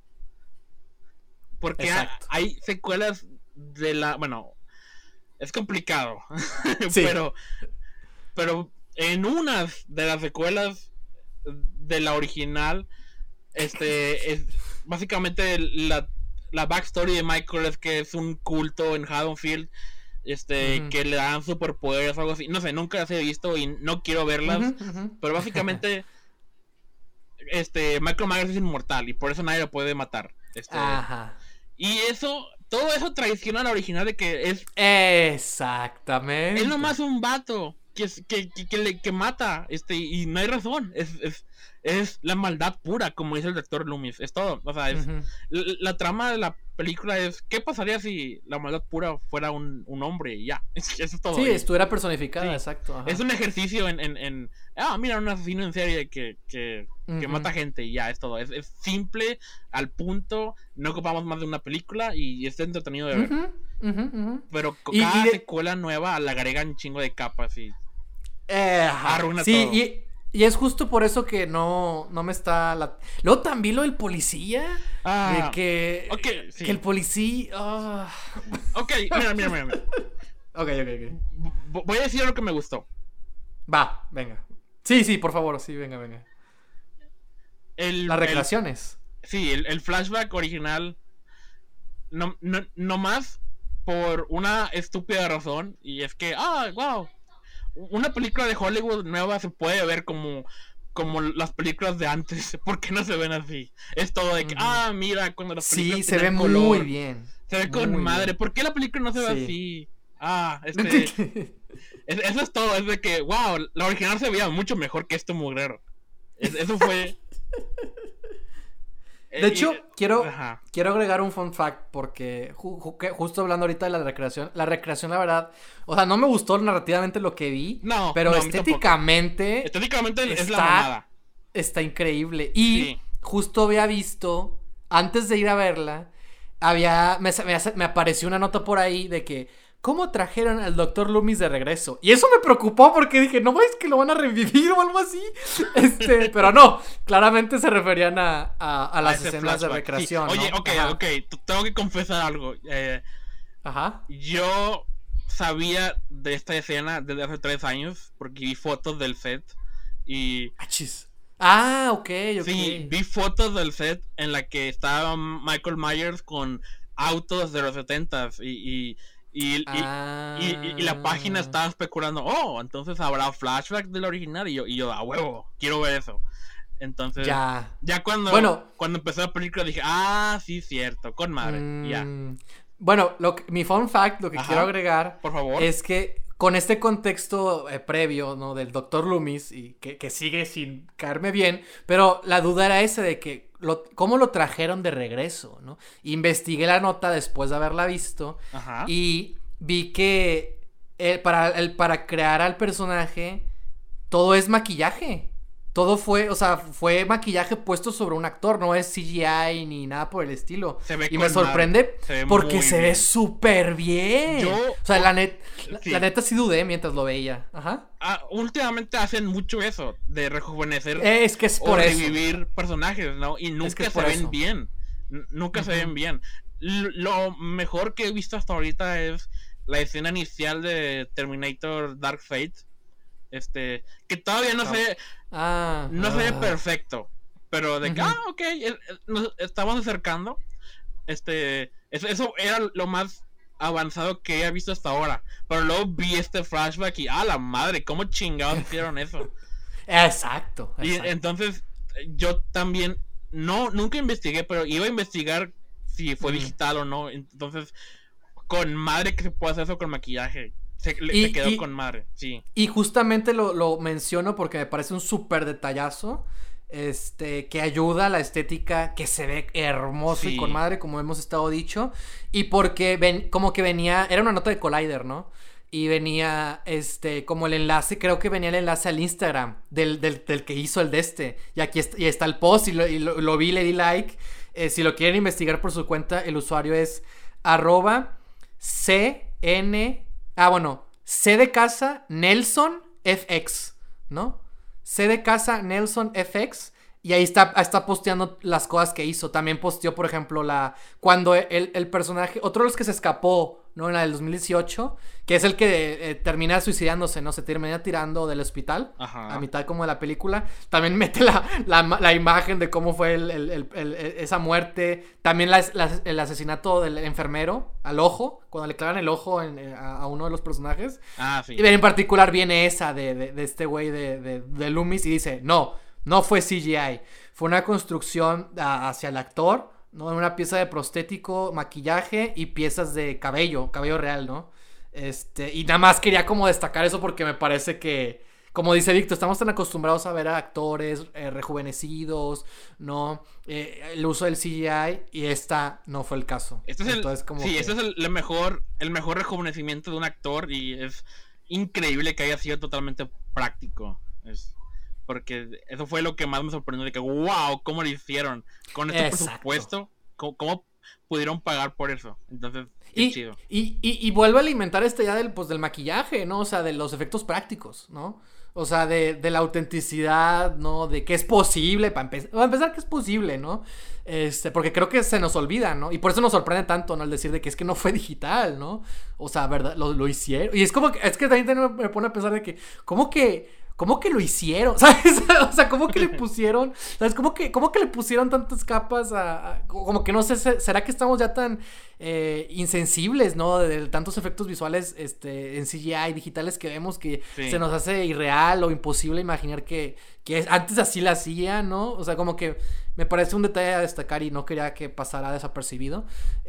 Porque hay secuelas de la... Bueno, es complicado. Sí. Pero en unas de las secuelas de la original, es básicamente la backstory de Michael es que es un culto en Haddonfield, que le dan superpoderes o algo así. No sé, nunca las he visto y no quiero verlas. Pero básicamente, Michael Myers es inmortal y por eso nadie lo puede matar. Y todo eso traiciona a la original de que es... Exactamente. Es nomás un vato que mata, y no hay razón. Es la maldad pura, como dice el doctor Loomis. Es todo. O sea, la trama de la película es ¿qué pasaría si la maldad pura fuera un hombre? Y ya. Eso es todo. Sí, estuviera personificada, exacto. Ajá. Es un ejercicio en mira, un asesino en serie que mata gente y ya, es todo. Es simple, al punto, no ocupamos más de una película y es entretenido de ver. Pero cada secuela nueva le agregan un chingo de capas y arruina todo. Y es justo por eso que no me está... Luego también lo del policía. De que... sí. Que el policía... Ok, mira. Ok. Voy a decir lo que me gustó. Va, venga. Sí, por favor, sí, venga. Las recreaciones. El flashback original. No más por una estúpida razón. Y es que, wow. Una película de Hollywood nueva se puede ver como las películas de antes. ¿Por qué no se ven así? Es todo de que, mira, cuando las películas se ve color, muy bien. Se ve con madre. Bien. ¿Por qué la película no se ve así? Eso es todo. Es de que, wow, la original se veía mucho mejor que este mugrero. Eso fue... De hecho, quiero Ajá. agregar un fun fact porque justo hablando ahorita de la recreación, la verdad, o sea, no me gustó narrativamente lo que vi, No, pero no, a mí tampoco. estéticamente es la mamada. está increíble. Y Sí. justo había visto, antes de ir a verla, me apareció una nota por ahí de que ¿cómo trajeron al Dr. Loomis de regreso? Y eso me preocupó porque dije, ¿no ves que lo van a revivir o algo así? Pero no, claramente se referían a las ese escenas de flashback, sí. recreación, Oye, ¿no? ok, Ajá. ok, tengo que confesar algo. Ajá. Yo sabía de esta escena desde hace 3 años porque vi fotos del set y Achis. Ah, ok. sí, vi fotos del set en la que estaba Michael Myers con autos de los 70s y la página Ah. estaba especulando, oh, entonces habrá flashback del original y yo a huevo, quiero ver eso. Entonces, Ya. ya Bueno. cuando empezó la película dije, ah, sí, cierto, con madre, ya. Bueno, mi fun fact, lo que Ajá, quiero agregar por favor. es que con este contexto previo, ¿no? Del Dr. Loomis y que sigue sin caerme bien, pero la duda era esa de que cómo lo trajeron de regreso, ¿no? Investigué la nota después de haberla visto. Ajá. Y vi que para crear al personaje todo es maquillaje. Todo fue maquillaje puesto sobre un actor, no es CGI ni nada por el estilo. Se ve y me con sorprende madre, porque se ve bien. súper bien. Yo, o sea, sí. la neta sí dudé mientras lo veía. Ajá. Últimamente hacen mucho eso, de rejuvenecer Es que es por o eso. revivir personajes, ¿no? Y nunca es se ven eso. bien. Nunca se ven bien. Lo mejor que he visto hasta ahorita es la escena inicial de Terminator Dark Fate. Que todavía no se ve perfecto, pero de que, ok, nos estamos acercando. Eso era lo más avanzado que he visto hasta ahora. Pero luego vi este flashback y, la madre, ¿cómo chingados hicieron eso? Exacto. Y entonces, yo también, nunca investigué, pero iba a investigar si fue digital o no. Entonces, con madre que se puede hacer eso con maquillaje. Se quedó con madre, sí. Y justamente lo menciono porque me parece un súper detallazo. Que ayuda a la estética, que se ve hermoso Sí. y con madre, como hemos estado dicho. Y porque como que venía, era una nota de Collider, ¿no? Y venía, como el enlace, creo que venía el enlace al Instagram del que hizo el de Y aquí está el post y lo vi, le di like. Si lo quieren investigar por su cuenta, el usuario es @CN... C de casa Nelson FX, ¿no? C de casa Nelson FX. Y ahí está posteando las cosas que hizo. También posteó, por ejemplo, cuando el personaje, otro de los que se escapó, ¿no? En la del 2018, que es el que termina suicidándose, ¿no? Se termina tirando del hospital. Ajá. A mitad como de la película. También mete la imagen de cómo fue esa muerte. También el asesinato del enfermero al ojo, cuando le clavan el ojo a uno de los personajes. Sí. Y en particular viene esa de este güey de Loomis y dice, no fue CGI, fue una construcción hacia el actor, ¿no? Una pieza de prostético, maquillaje y piezas de cabello real, ¿no? Y nada más quería como destacar eso porque me parece que, como dice Víctor, estamos tan acostumbrados a ver a actores rejuvenecidos, ¿no? El uso del CGI y esta no fue el caso. Este es el mejor rejuvenecimiento de un actor y es increíble que haya sido totalmente práctico. Porque eso fue lo que más me sorprendió, de que wow, ¿cómo lo hicieron? Con este presupuesto, ¿cómo pudieron pagar por eso? Entonces, qué chido. Y vuelve a alimentar idea del maquillaje, ¿no? O sea, de los efectos prácticos, ¿no? O sea, de la autenticidad, ¿no? De que es posible, para empezar que es posible, ¿no? Porque creo que se nos olvida, ¿no? Y por eso nos sorprende tanto, ¿no? El decir de que es que no fue digital, ¿no? O sea, ¿verdad? Lo hicieron. Y es que también me pone a pensar de que, ¿cómo que lo hicieron? ¿Sabes? O sea, ¿cómo que le pusieron? ¿Sabes? ¿Cómo que le pusieron tantas capas como que no sé, ¿será que estamos ya tan insensibles, ¿no? De tantos efectos visuales en CGI digitales que vemos que se nos hace irreal o imposible imaginar que antes así la hacía, ¿no? O sea, como que me parece un detalle a destacar y no quería que pasara desapercibido.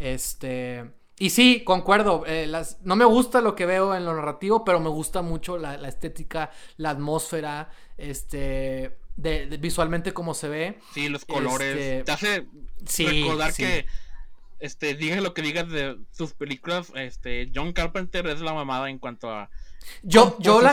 Y sí, concuerdo, no me gusta lo que veo en lo narrativo, pero me gusta mucho la estética, la atmósfera, visualmente cómo se ve. Sí, los colores. Te hace recordar que digas lo que digas de sus películas, John Carpenter es la mamada en cuanto a yo la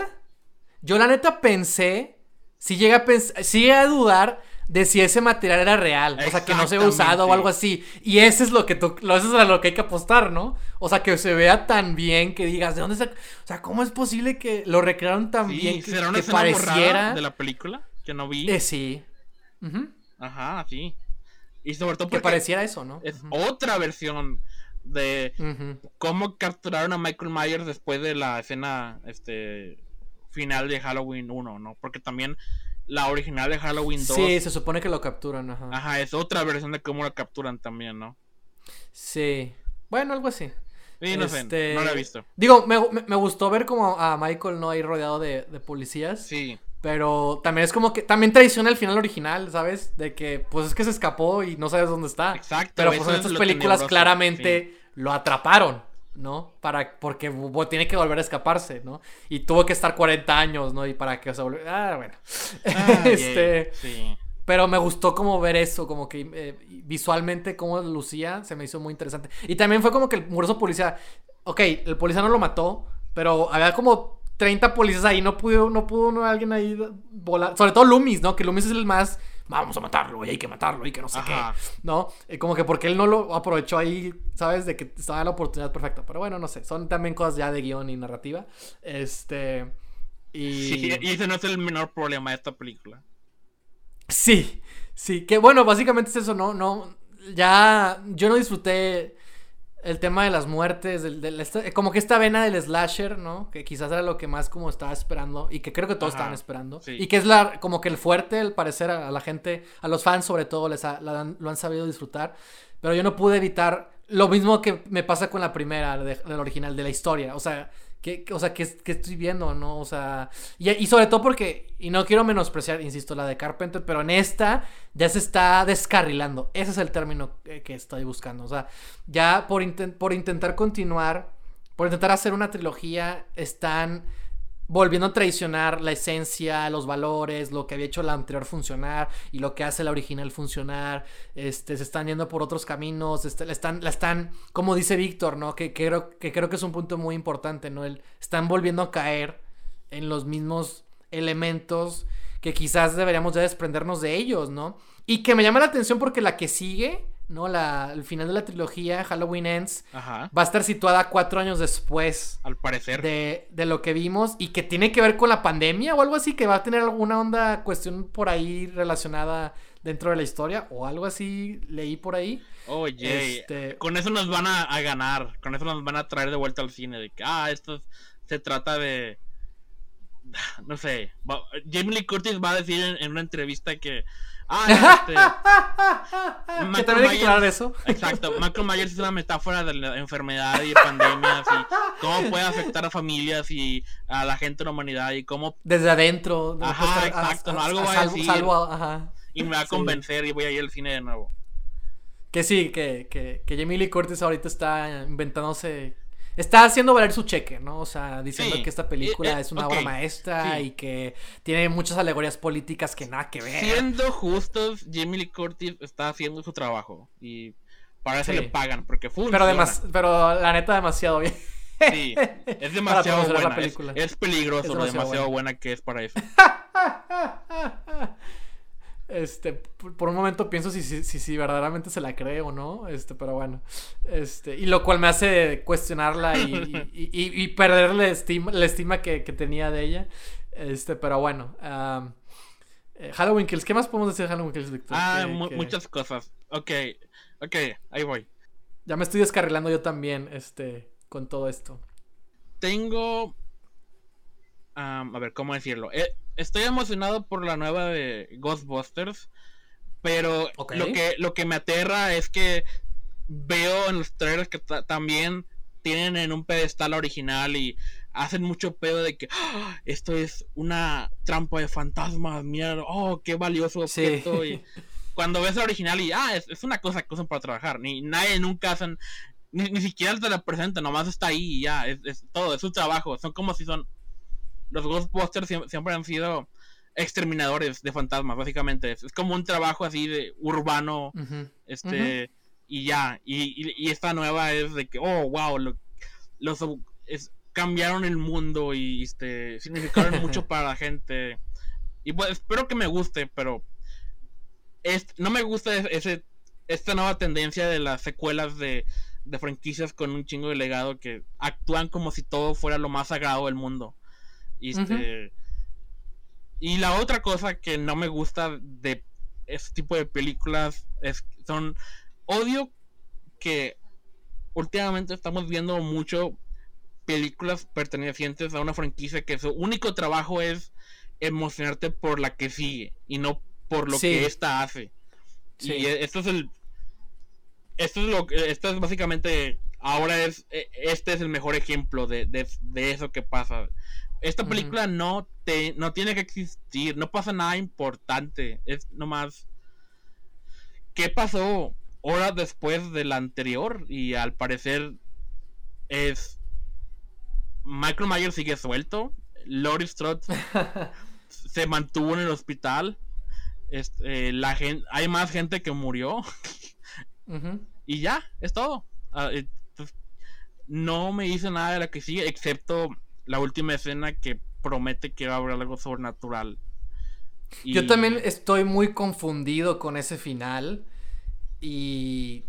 neta pensé, sí llegué a dudar de si ese material era real, o sea, que no se había usado o algo así, y eso es lo que eso es a lo que hay que apostar, ¿no? O sea, que se vea tan bien, que digas, ¿de dónde o sea, cómo es posible que lo recrearon tan bien que pareciera de la película que no vi? Sí. Uh-huh. Ajá, sí. Y sobre todo porque que pareciera eso, ¿no? Es otra versión de cómo capturaron a Michael Myers después de la escena final de Halloween 1, ¿no? Porque también la original de Halloween 2... Sí, se supone que lo capturan, ajá. Ajá, es otra versión de cómo lo capturan también, ¿no? Sí. Bueno, algo así. Sí, no sé, no lo he visto. Digo, me gustó ver como a Michael, ¿no? Ahí rodeado de policías. Sí. Pero también es como que también traiciona el final original, ¿sabes? De que pues es que se escapó y no sabes dónde está. Exacto. Pero pues en estas películas claramente lo atraparon, ¿no? Porque tiene que volver a escaparse, ¿no? Y tuvo que estar 40 años, ¿no? Y para que se volviera... bueno. Sí. Pero me gustó como ver eso, como que visualmente cómo lucía, se me hizo muy interesante. Y también fue como que el mugroso policía... Ok, el policía no lo mató, pero había como 30 policías ahí, no pudo alguien ahí volar. Sobre todo Loomis, ¿no? Que Loomis es el más... Vamos a matarlo, y hay que matarlo, y que no sé qué, ¿no? Como que porque él no lo aprovechó ahí, ¿sabes? De que estaba la oportunidad perfecta. Pero bueno, no sé, son también cosas ya de guión y narrativa. Sí, y ese no es el menor problema de esta película. Sí, que bueno, básicamente es eso, no, ya yo no disfruté el tema de las muertes, como que esta vena del slasher, ¿no? Que quizás era lo que más como estaba esperando y que creo que todos estaban esperando. Sí. Y que es como que el fuerte, al parecer, a la gente, a los fans sobre todo, lo han sabido disfrutar. Pero yo no pude evitar lo mismo que me pasa con la primera, del original, de la historia. O sea, ¿qué estoy viendo, no? O sea, y sobre todo porque, y no quiero menospreciar, insisto, la de Carpenter, pero en esta ya se está descarrilando. Ese es el término que estoy buscando. O sea, ya por intentar continuar, por intentar hacer una trilogía, están volviendo a traicionar la esencia, los valores, lo que había hecho la anterior funcionar y lo que hace la original funcionar. Se están yendo por otros caminos, la están, como dice Víctor, ¿no? Que creo que es un punto muy importante, ¿no? Están volviendo a caer en los mismos elementos que quizás deberíamos ya desprendernos de ellos, ¿no? Y que me llama la atención porque la que sigue, ¿no? El final de la trilogía, Halloween Ends, va a estar situada 4 años después. Al parecer. De lo que vimos. Y que tiene que ver con la pandemia o algo así. Que va a tener alguna cuestión por ahí relacionada dentro de la historia. O algo así leí por ahí. Oye, con eso nos van a ganar. Con eso nos van a traer de vuelta al cine. De que, esto se trata de... No sé. Jamie Lee Curtis va a decir en una entrevista que... que también hay que aclarar eso. Exacto, Michael Myers es una metáfora de la enfermedad y pandemias y cómo puede afectar a familias y a la gente de la humanidad y cómo desde adentro. Exacto, algo va a decir y me va a convencer y voy a ir al cine de nuevo. Que sí, que Jamie Lee Curtis ahorita está inventándose. Está haciendo valer su cheque, ¿no? O sea, diciendo que esta película es una obra maestra y que tiene muchas alegorías políticas que nada que ver. Siendo justos, Jamie Lee Curtis está haciendo su trabajo y para eso le pagan, porque funciona. Pero la neta, demasiado bien. Sí, es demasiado buena. La película. Es peligroso lo demasiado buena que es para eso. Por un momento pienso si verdaderamente se la cree o no, pero bueno, y lo cual me hace cuestionarla y perder la estima que tenía de ella, pero bueno, Halloween Kills, ¿qué más podemos decir de Halloween Kills, Víctor? Muchas cosas, ok, ahí voy. Ya me estoy descarrilando yo también, con todo esto. Tengo, a ver, ¿cómo decirlo? Estoy emocionado por la nueva de Ghostbusters, pero lo que me aterra es que veo en los trailers que también tienen en un pedestal original y hacen mucho pedo de que esto es una trampa de fantasmas, mira, qué valioso objeto. Sí. Y cuando ves la original y es una cosa que usan para trabajar, nadie nunca hacen, ni siquiera te la presentan, nomás está ahí y ya, es todo, es su trabajo, son como si son... Los Ghostbusters siempre han sido exterminadores de fantasmas, básicamente. Es como un trabajo así de urbano, Ujú. y ya. Y esta nueva es de que, oh, wow, los cambiaron el mundo y significaron mucho para la gente. Y pues espero que me guste, pero no me gusta esta nueva tendencia de las secuelas de franquicias con un chingo de legado que actúan como si todo fuera lo más sagrado del mundo. Y y la otra cosa que no me gusta de este tipo de películas son odio que últimamente estamos viendo mucho películas pertenecientes a una franquicia que su único trabajo es emocionarte por la que sigue y no por lo que esta hace. Sí. Y esto es básicamente este es el mejor ejemplo de eso que pasa. Esta película no tiene que existir, no pasa nada importante, es nomás qué pasó horas después de la anterior, y al parecer es Michael Myers sigue suelto, Laurie Strode se mantuvo en el hospital, hay más gente que murió. Y ya, es todo. Pues, no me hizo nada de la que sigue, excepto la última escena que promete que va a haber algo sobrenatural. Yo también estoy muy confundido con ese final. Y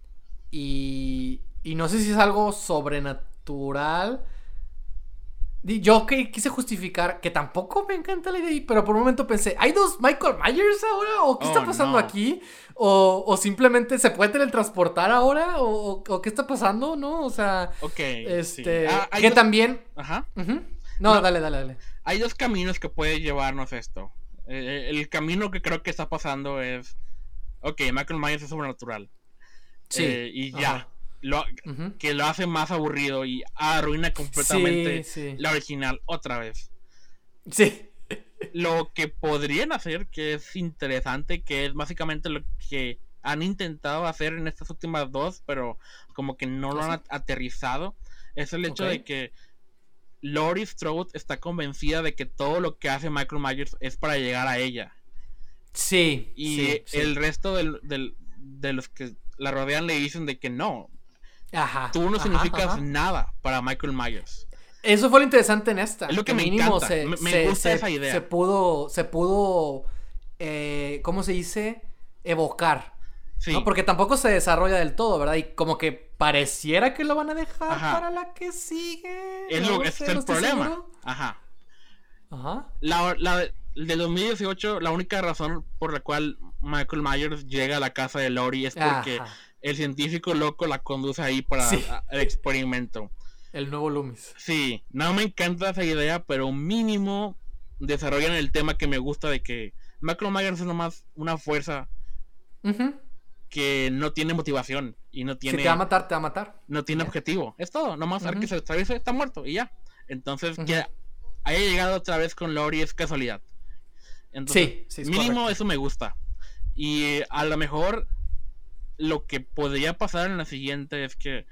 no sé si es algo sobrenatural. Yo quise justificar que tampoco me encanta la idea, pero por un momento pensé, ¿hay dos Michael Myers ahora? ¿O qué está pasando aquí? ¿O simplemente se puede teletransportar ahora? ¿O qué está pasando? ¿No? O sea, sí. que también... Ajá. No, dale. Hay dos caminos que puede llevarnos esto. El camino que creo que está pasando es, Michael Myers es sobrenatural. Sí. Y ya. Que lo hace más aburrido y arruina completamente la original otra vez. Sí. Lo que podrían hacer, que es interesante, que es básicamente lo que han intentado hacer en estas últimas dos, pero como que no lo han aterrizado, es el hecho de que Laurie Strode está convencida de que todo lo que hace Michael Myers es para llegar a ella. Sí. Y el resto de los que la rodean le dicen de que no. Tú no significas nada para Michael Myers. Eso fue lo interesante en esta. Es lo que me encanta. Me gusta esa idea. Se pudo ¿cómo se dice? Evocar. Sí. ¿No? Porque tampoco se desarrolla del todo, ¿verdad? Y como que pareciera que lo van a dejar para la que sigue. Ese es el problema. Seguro. Ajá. La de 2018, la única razón por la cual Michael Myers llega a la casa de Laurie es porque el científico loco la conduce ahí para el experimento. El nuevo Loomis. Sí, no me encanta esa idea, pero mínimo desarrollan el tema que me gusta de que Michael Myers es nomás una fuerza que no tiene motivación y no tiene... Si te va a matar, te va a matar. No tiene objetivo, es todo, nomás ver que se atraviesa, está muerto y ya. Entonces que haya llegado otra vez con Laurie es casualidad. Entonces, sí, mínimo correcto. eso me gusta. Y a lo mejor lo que podría pasar en la siguiente es que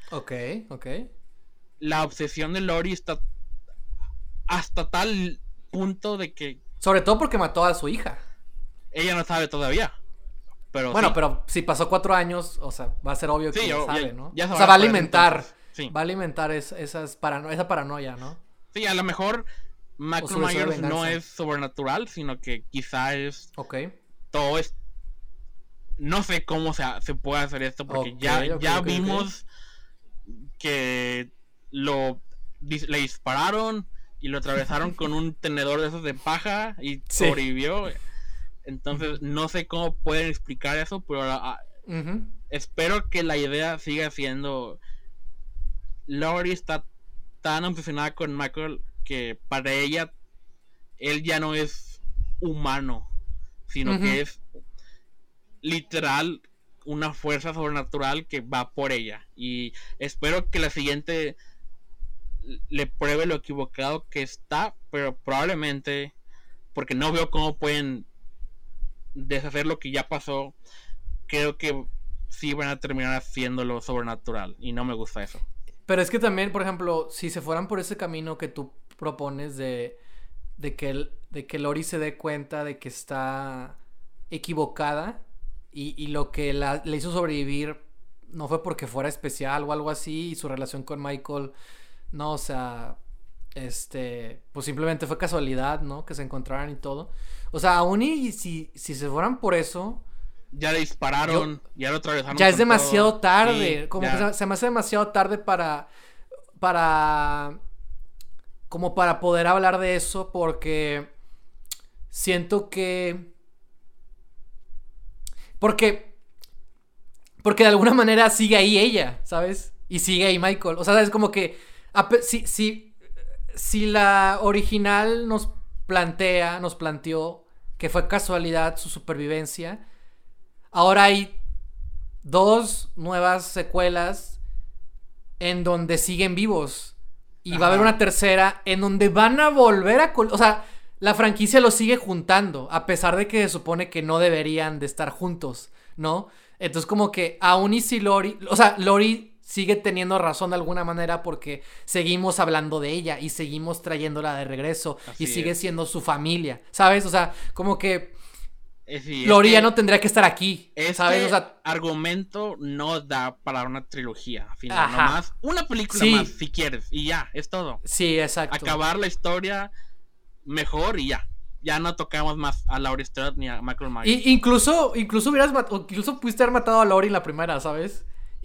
la obsesión de Laurie está hasta tal punto de que... Sobre todo porque mató a su hija. Ella no sabe todavía. Pero bueno, pero si pasó 4 años, o sea, va a ser obvio que sabe, ¿no? Ya o sea, va a alimentar. Sí. Va a alimentar esa paranoia, ¿no? Sí, a lo mejor Michael Myers no es sobrenatural, sino que quizá es... Todo es... No sé cómo se puede hacer esto, porque ya vimos que le dispararon y lo atravesaron con un tenedor de esos de paja y sobrevivió. Entonces no sé cómo pueden explicar eso, pero espero que la idea siga siendo Laurie está tan obsesionada con Michael que para ella él ya no es humano, sino que es literal una fuerza sobrenatural que va por ella. Y espero que la siguiente le pruebe lo equivocado que está, pero probablemente, porque no veo cómo pueden deshacer lo que ya pasó, creo que sí van a terminar haciéndolo sobrenatural y no me gusta eso. Pero es que también, por ejemplo, si se fueran por ese camino que tú propones de de que Lori se dé cuenta de que está equivocada y lo que le hizo sobrevivir no fue porque fuera especial o algo así, y su relación con Michael, no, o sea, pues simplemente fue casualidad, ¿no? Que se encontraran y todo. O sea, aún y si se fueran por eso, ya le dispararon, ya lo atravesaron. Ya es demasiado todo. tarde, Sí, como ya. que se me hace demasiado tarde para como para poder hablar de eso, porque siento que porque de alguna manera sigue ahí ella, ¿sabes? Y sigue ahí Michael. O sea, es como que si la original nos planteó que fue casualidad su supervivencia, ahora hay 2 nuevas secuelas en donde siguen vivos. Y va a haber una tercera en donde van a volver a... O sea, la franquicia los sigue juntando, a pesar de que se supone que no deberían de estar juntos, ¿no? Entonces como que aún y si Lori... O sea, Lori sigue teniendo razón de alguna manera porque seguimos hablando de ella y seguimos trayéndola de regreso. Así y sigue es. siendo su familia, ¿sabes? O sea, como que Sí, Lori ya no tendría que estar aquí, ¿sabes? O sea, argumento no da para una trilogía final. ajá. Nomás una película Sí. más, si quieres, y ya, es todo. Sí, exacto. Acabar la historia mejor y ya. Ya no tocamos más a Laurie Strode ni a Michael Myers. Incluso pudiste haber matado a Lori en la primera, ¿sabes?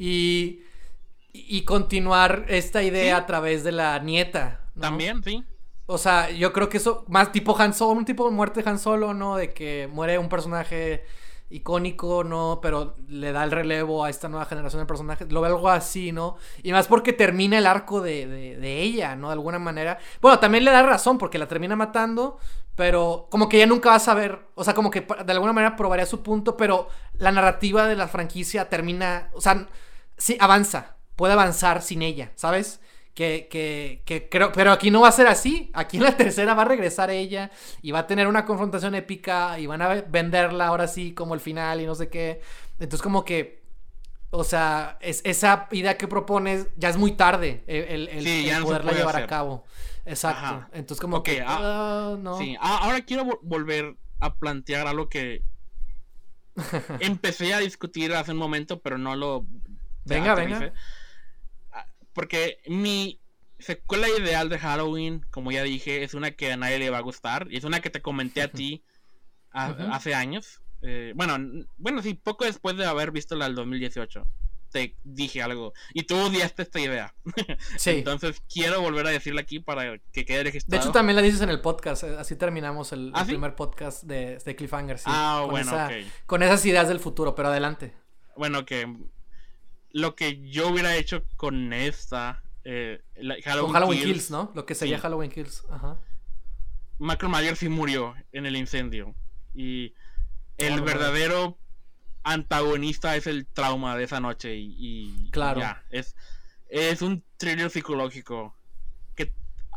Y continuar esta idea Sí. a través de la nieta, ¿no? También, sí. O sea, yo creo que eso, más tipo Han Solo, un tipo de muerte de Han Solo, ¿no? De que muere un personaje icónico, ¿no? Pero le da el relevo a esta nueva generación de personajes. Lo veo algo así, ¿no? Y más porque termina el arco de ella, ¿no? De alguna manera. Bueno, también le da razón porque la termina matando, pero como que ella nunca va a saber. O sea, como que de alguna manera probaría su punto, pero la narrativa de la franquicia termina. O sea, sí, avanza. Puede avanzar sin ella, ¿sabes? Que creo, pero aquí no va a ser así. Aquí en la tercera va a regresar ella y va a tener una confrontación épica y van a venderla ahora sí como el final y no sé qué. Entonces como que, o sea, esa idea que propones ya es muy tarde Sí, ya el no se poderla puede llevar hacer. a cabo. Exacto. Ajá. Entonces como Ok, que, no. Sí, ahora quiero volver a plantear algo que empecé a discutir hace un momento, pero no lo Venga. aterricé. Porque mi secuela ideal de Halloween, como ya dije, es una que a nadie le va a gustar. Y es una que te comenté a ti hace años. Bueno, sí, poco después de haber visto la del 2018. Te dije algo. Y tú odiaste esta idea. Sí. Entonces quiero volver a decirla aquí para que quede registrado. De hecho, también la dices en el podcast. Así terminamos el ¿Sí? primer podcast de Cliffhanger. Sí, con esas ideas del futuro, pero adelante. Bueno, que lo que yo hubiera hecho con esta Halloween Kills, ¿no? Lo que sería Halloween Kills. Ajá. Michael Myers sí murió en el incendio. Y el verdadero antagonista es el trauma de esa noche. Y claro. Ya, es un thriller psicológico que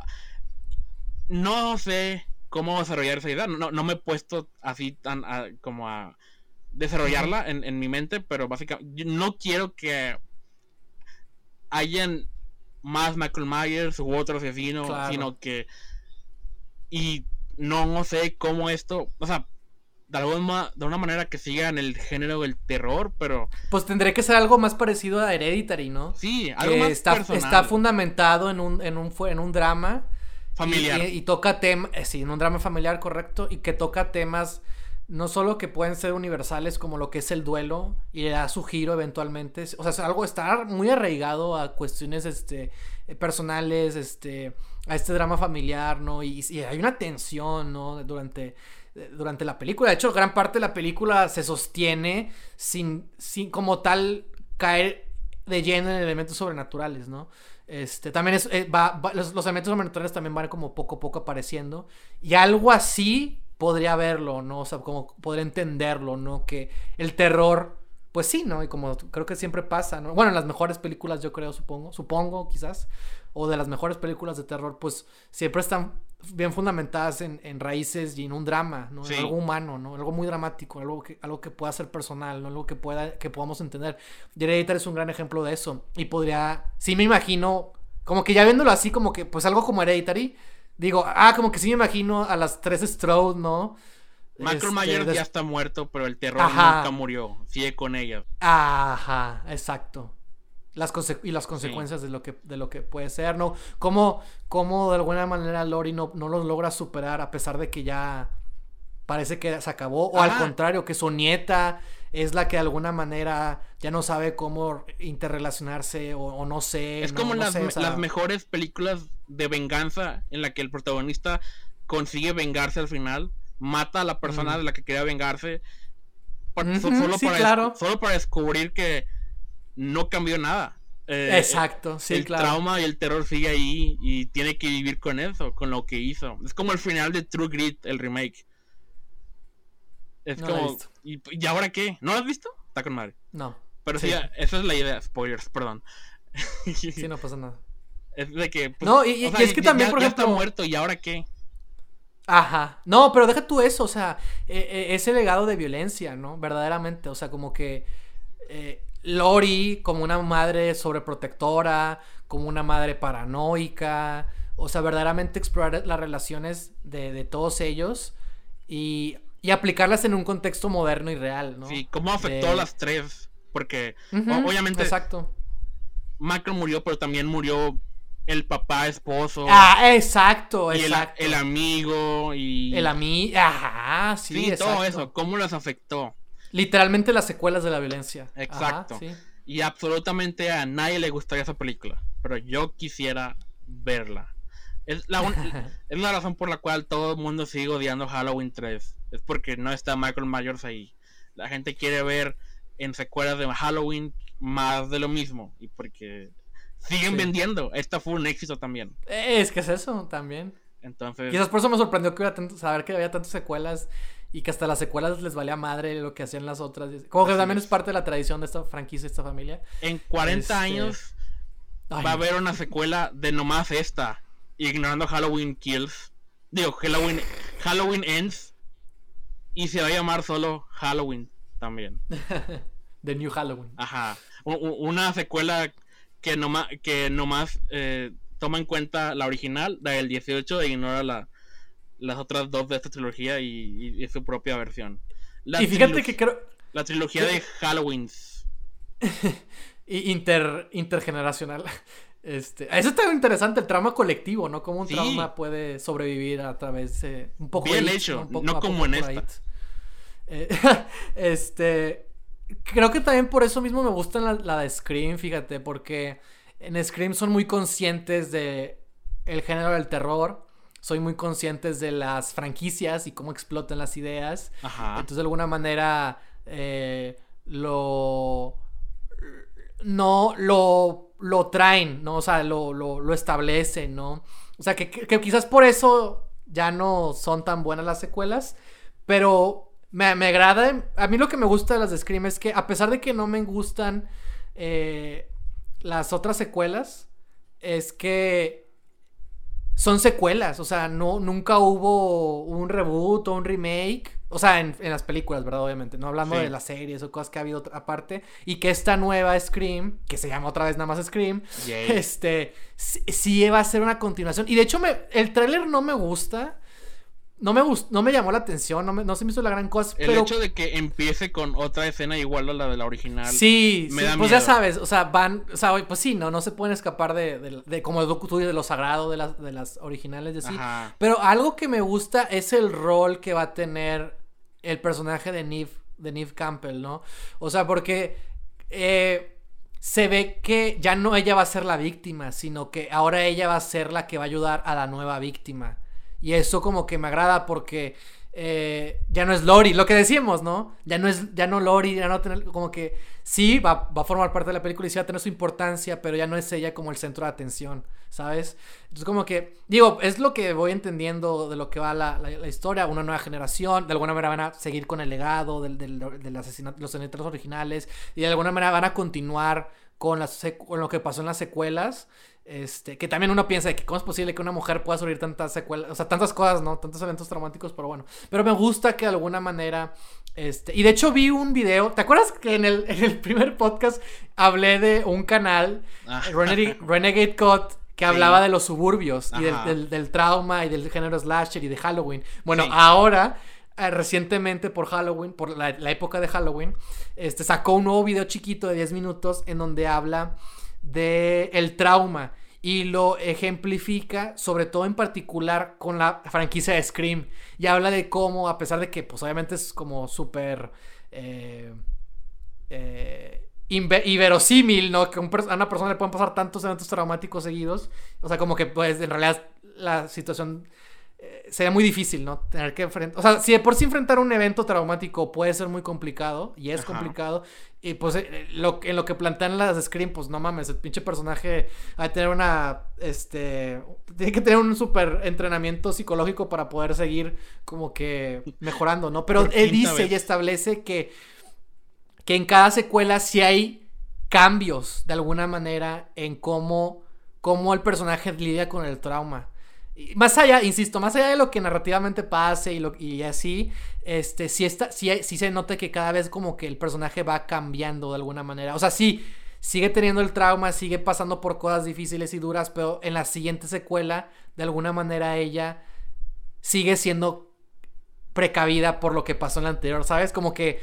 no sé cómo desarrollar esa idea. No me he puesto así como a desarrollarla en mi mente, pero básicamente no quiero que hayan más Michael Myers u otro asesino, sino que y no sé cómo esto, o sea, de una manera que siga en el género del terror, pero pues tendría que ser algo más parecido a Hereditary, ¿no? Sí, algo más está fundamentado en un drama familiar y toca temas, sí, en un drama familiar, correcto, y que toca temas no solo que pueden ser universales como lo que es el duelo y le da su giro eventualmente, o sea, es algo está muy arraigado a cuestiones personales, a este drama familiar, ¿no? Y hay una tensión, ¿no? Durante la película. De hecho, gran parte de la película se sostiene sin como tal caer de lleno en elementos sobrenaturales, ¿no? También los elementos sobrenaturales también van como poco a poco apareciendo y algo así podría verlo, ¿no? O sea, como podría entenderlo, ¿no? Que el terror, pues sí, ¿no? Y como creo que siempre pasa, ¿no? Bueno, en las mejores películas yo creo, supongo quizás, o de las mejores películas de terror, pues siempre están bien fundamentadas en raíces y en un drama, ¿no? Sí. En algo humano, ¿no? Algo muy dramático, algo que pueda ser personal, ¿no? Algo que podamos entender. Y Hereditary es un gran ejemplo de eso. Y sí me imagino, como que ya viéndolo así, como que pues algo como Hereditary Digo, como que sí me imagino a las tres Strode, ¿no? Michael Myers ya está muerto, pero el terror nunca murió. Sigue con ella. Ajá, exacto. Las consecuencias de lo que puede ser, ¿no? Cómo de alguna manera Laurie no los logra superar a pesar de que ya parece que se acabó. O al contrario, que su nieta es la que de alguna manera ya no sabe cómo interrelacionarse o no sé. Es como las mejores películas de venganza en la que el protagonista consigue vengarse al final, mata a la persona de la que quería vengarse, solo para descubrir que no cambió nada. Exacto, sí, el trauma y el terror sigue ahí y tiene que vivir con eso, con lo que hizo. Es como el final de True Grit, el remake. Es como, ¿y ahora qué? ¿No lo has visto? Está con madre. No. Pero sí, esa es la idea. Spoilers, perdón. Sí, no pasa nada. Es de que... Pues, no, y es que también, por ejemplo... Ya está muerto, ¿y ahora qué? Ajá. No, pero deja tú eso, o sea, ese legado de violencia, ¿no? Verdaderamente, o sea, como que... Laurie como una madre sobreprotectora, como una madre paranoica, o sea, verdaderamente explorar las relaciones de todos ellos y aplicarlas en un contexto moderno y real, ¿no? Sí, cómo afectó a las tres, porque obviamente exacto. Michael murió, pero también murió el papá, esposo. Exacto, y exacto. El amigo y... Ajá, sí, exacto. Todo eso, cómo las afectó. Literalmente las secuelas de la violencia. Exacto. Ajá, sí. Y absolutamente a nadie le gustaría esa película, pero yo quisiera verla. Es la razón por la cual todo el mundo sigue odiando Halloween 3. Es porque no está Michael Myers ahí. La gente quiere ver en secuelas de Halloween más de lo mismo. Y porque siguen vendiendo. Esta fue un éxito también. Es que es eso también. Entonces... Quizás por eso me sorprendió que saber que había tantas secuelas y que hasta las secuelas les valía madre lo que hacían las otras. Como que también es parte de la tradición de esta franquicia, esta familia. En 40 años va a haber una secuela de nomás esta, ignorando Halloween Kills. Digo, Halloween Ends. Y se va a llamar solo Halloween también. The New Halloween. Ajá. Una secuela que nomás toma en cuenta la original, la del 18, e ignora las otras dos de esta trilogía y su propia versión. Y fíjate que creo... La trilogía de Halloweens. Intergeneracional. Eso está interesante, el trauma colectivo, ¿no? Cómo un trauma puede sobrevivir a través de... un poco bien hecho, no como en esta. Creo que también por eso mismo me gusta la de Scream, fíjate, porque en Scream son muy conscientes de el género del terror, soy muy conscientes de las franquicias y cómo explotan las ideas. Ajá. Entonces de alguna manera lo traen, ¿no? O sea, lo establecen, ¿no? O sea, que quizás por eso ya no son tan buenas las secuelas, pero me agrada. A mí lo que me gusta de las de Scream es que a pesar de que no me gustan las otras secuelas, es que son secuelas, o sea, nunca hubo un reboot o un remake, o sea, en las películas, ¿verdad? Obviamente, no hablando de las series o cosas que ha habido aparte, y que esta nueva Scream, que se llama otra vez nada más Scream, sí va a ser una continuación, y de hecho el tráiler no me gusta. No me llamó la atención, no se me hizo la gran cosa. El hecho de que empiece con otra escena igual a la de la original. Sí, me da pues miedo. Ya sabes, o sea, pues sí, no se pueden escapar de como tú de lo sagrado de las originales de sí. Ajá. Pero algo que me gusta es el rol que va a tener el personaje de Neve Campbell, ¿no? O sea, porque se ve que ya no ella va a ser la víctima, sino que ahora ella va a ser la que va a ayudar a la nueva víctima. Y eso como que me agrada porque ya no es Laurie, lo que decíamos, ¿no? Ya no Laurie, ya no tener, como que sí, va a formar parte de la película y sí va a tener su importancia, pero ya no es ella como el centro de atención, ¿sabes? Entonces como que, digo, es lo que voy entendiendo de lo que va la historia, una nueva generación, de alguna manera van a seguir con el legado del asesinato, los asesinatos originales, y de alguna manera van a continuar con lo que pasó en las secuelas. Que también uno piensa de que cómo es posible que una mujer pueda sufrir tantas secuelas, o sea, tantas cosas, ¿no? Tantos eventos traumáticos, pero bueno. Pero me gusta que de alguna manera, y de hecho vi un video, ¿te acuerdas que en el primer podcast hablé de un canal, Renegade Code, que hablaba de los suburbios y del trauma y del género slasher y de Halloween. Bueno, ahora, recientemente por Halloween, por la época de Halloween, sacó un nuevo video chiquito de 10 minutos en donde habla de el trauma y lo ejemplifica, sobre todo en particular con la franquicia de Scream, y habla de cómo, a pesar de que pues obviamente es como súper inverosímil, ¿no? Que a una persona le pueden pasar tantos eventos traumáticos seguidos. O sea, como que pues en realidad la situación sería muy difícil, ¿no? Tener que enfrentar... O sea, si de por sí enfrentar un evento traumático puede ser muy complicado, y es complicado, y pues en lo que plantean las Scream, pues no mames, el pinche personaje va a tener tiene que tener un súper entrenamiento psicológico para poder seguir como que mejorando, ¿no? Pero él dice y establece que en cada secuela sí hay cambios de alguna manera en cómo el personaje lidia con el trauma. Y más allá, insisto, más allá de lo que narrativamente pase y así, sí se nota que cada vez como que el personaje va cambiando de alguna manera. O sea, sí, sigue teniendo el trauma, sigue pasando por cosas difíciles y duras, pero en la siguiente secuela, de alguna manera ella sigue siendo precavida por lo que pasó en la anterior, ¿sabes? Como que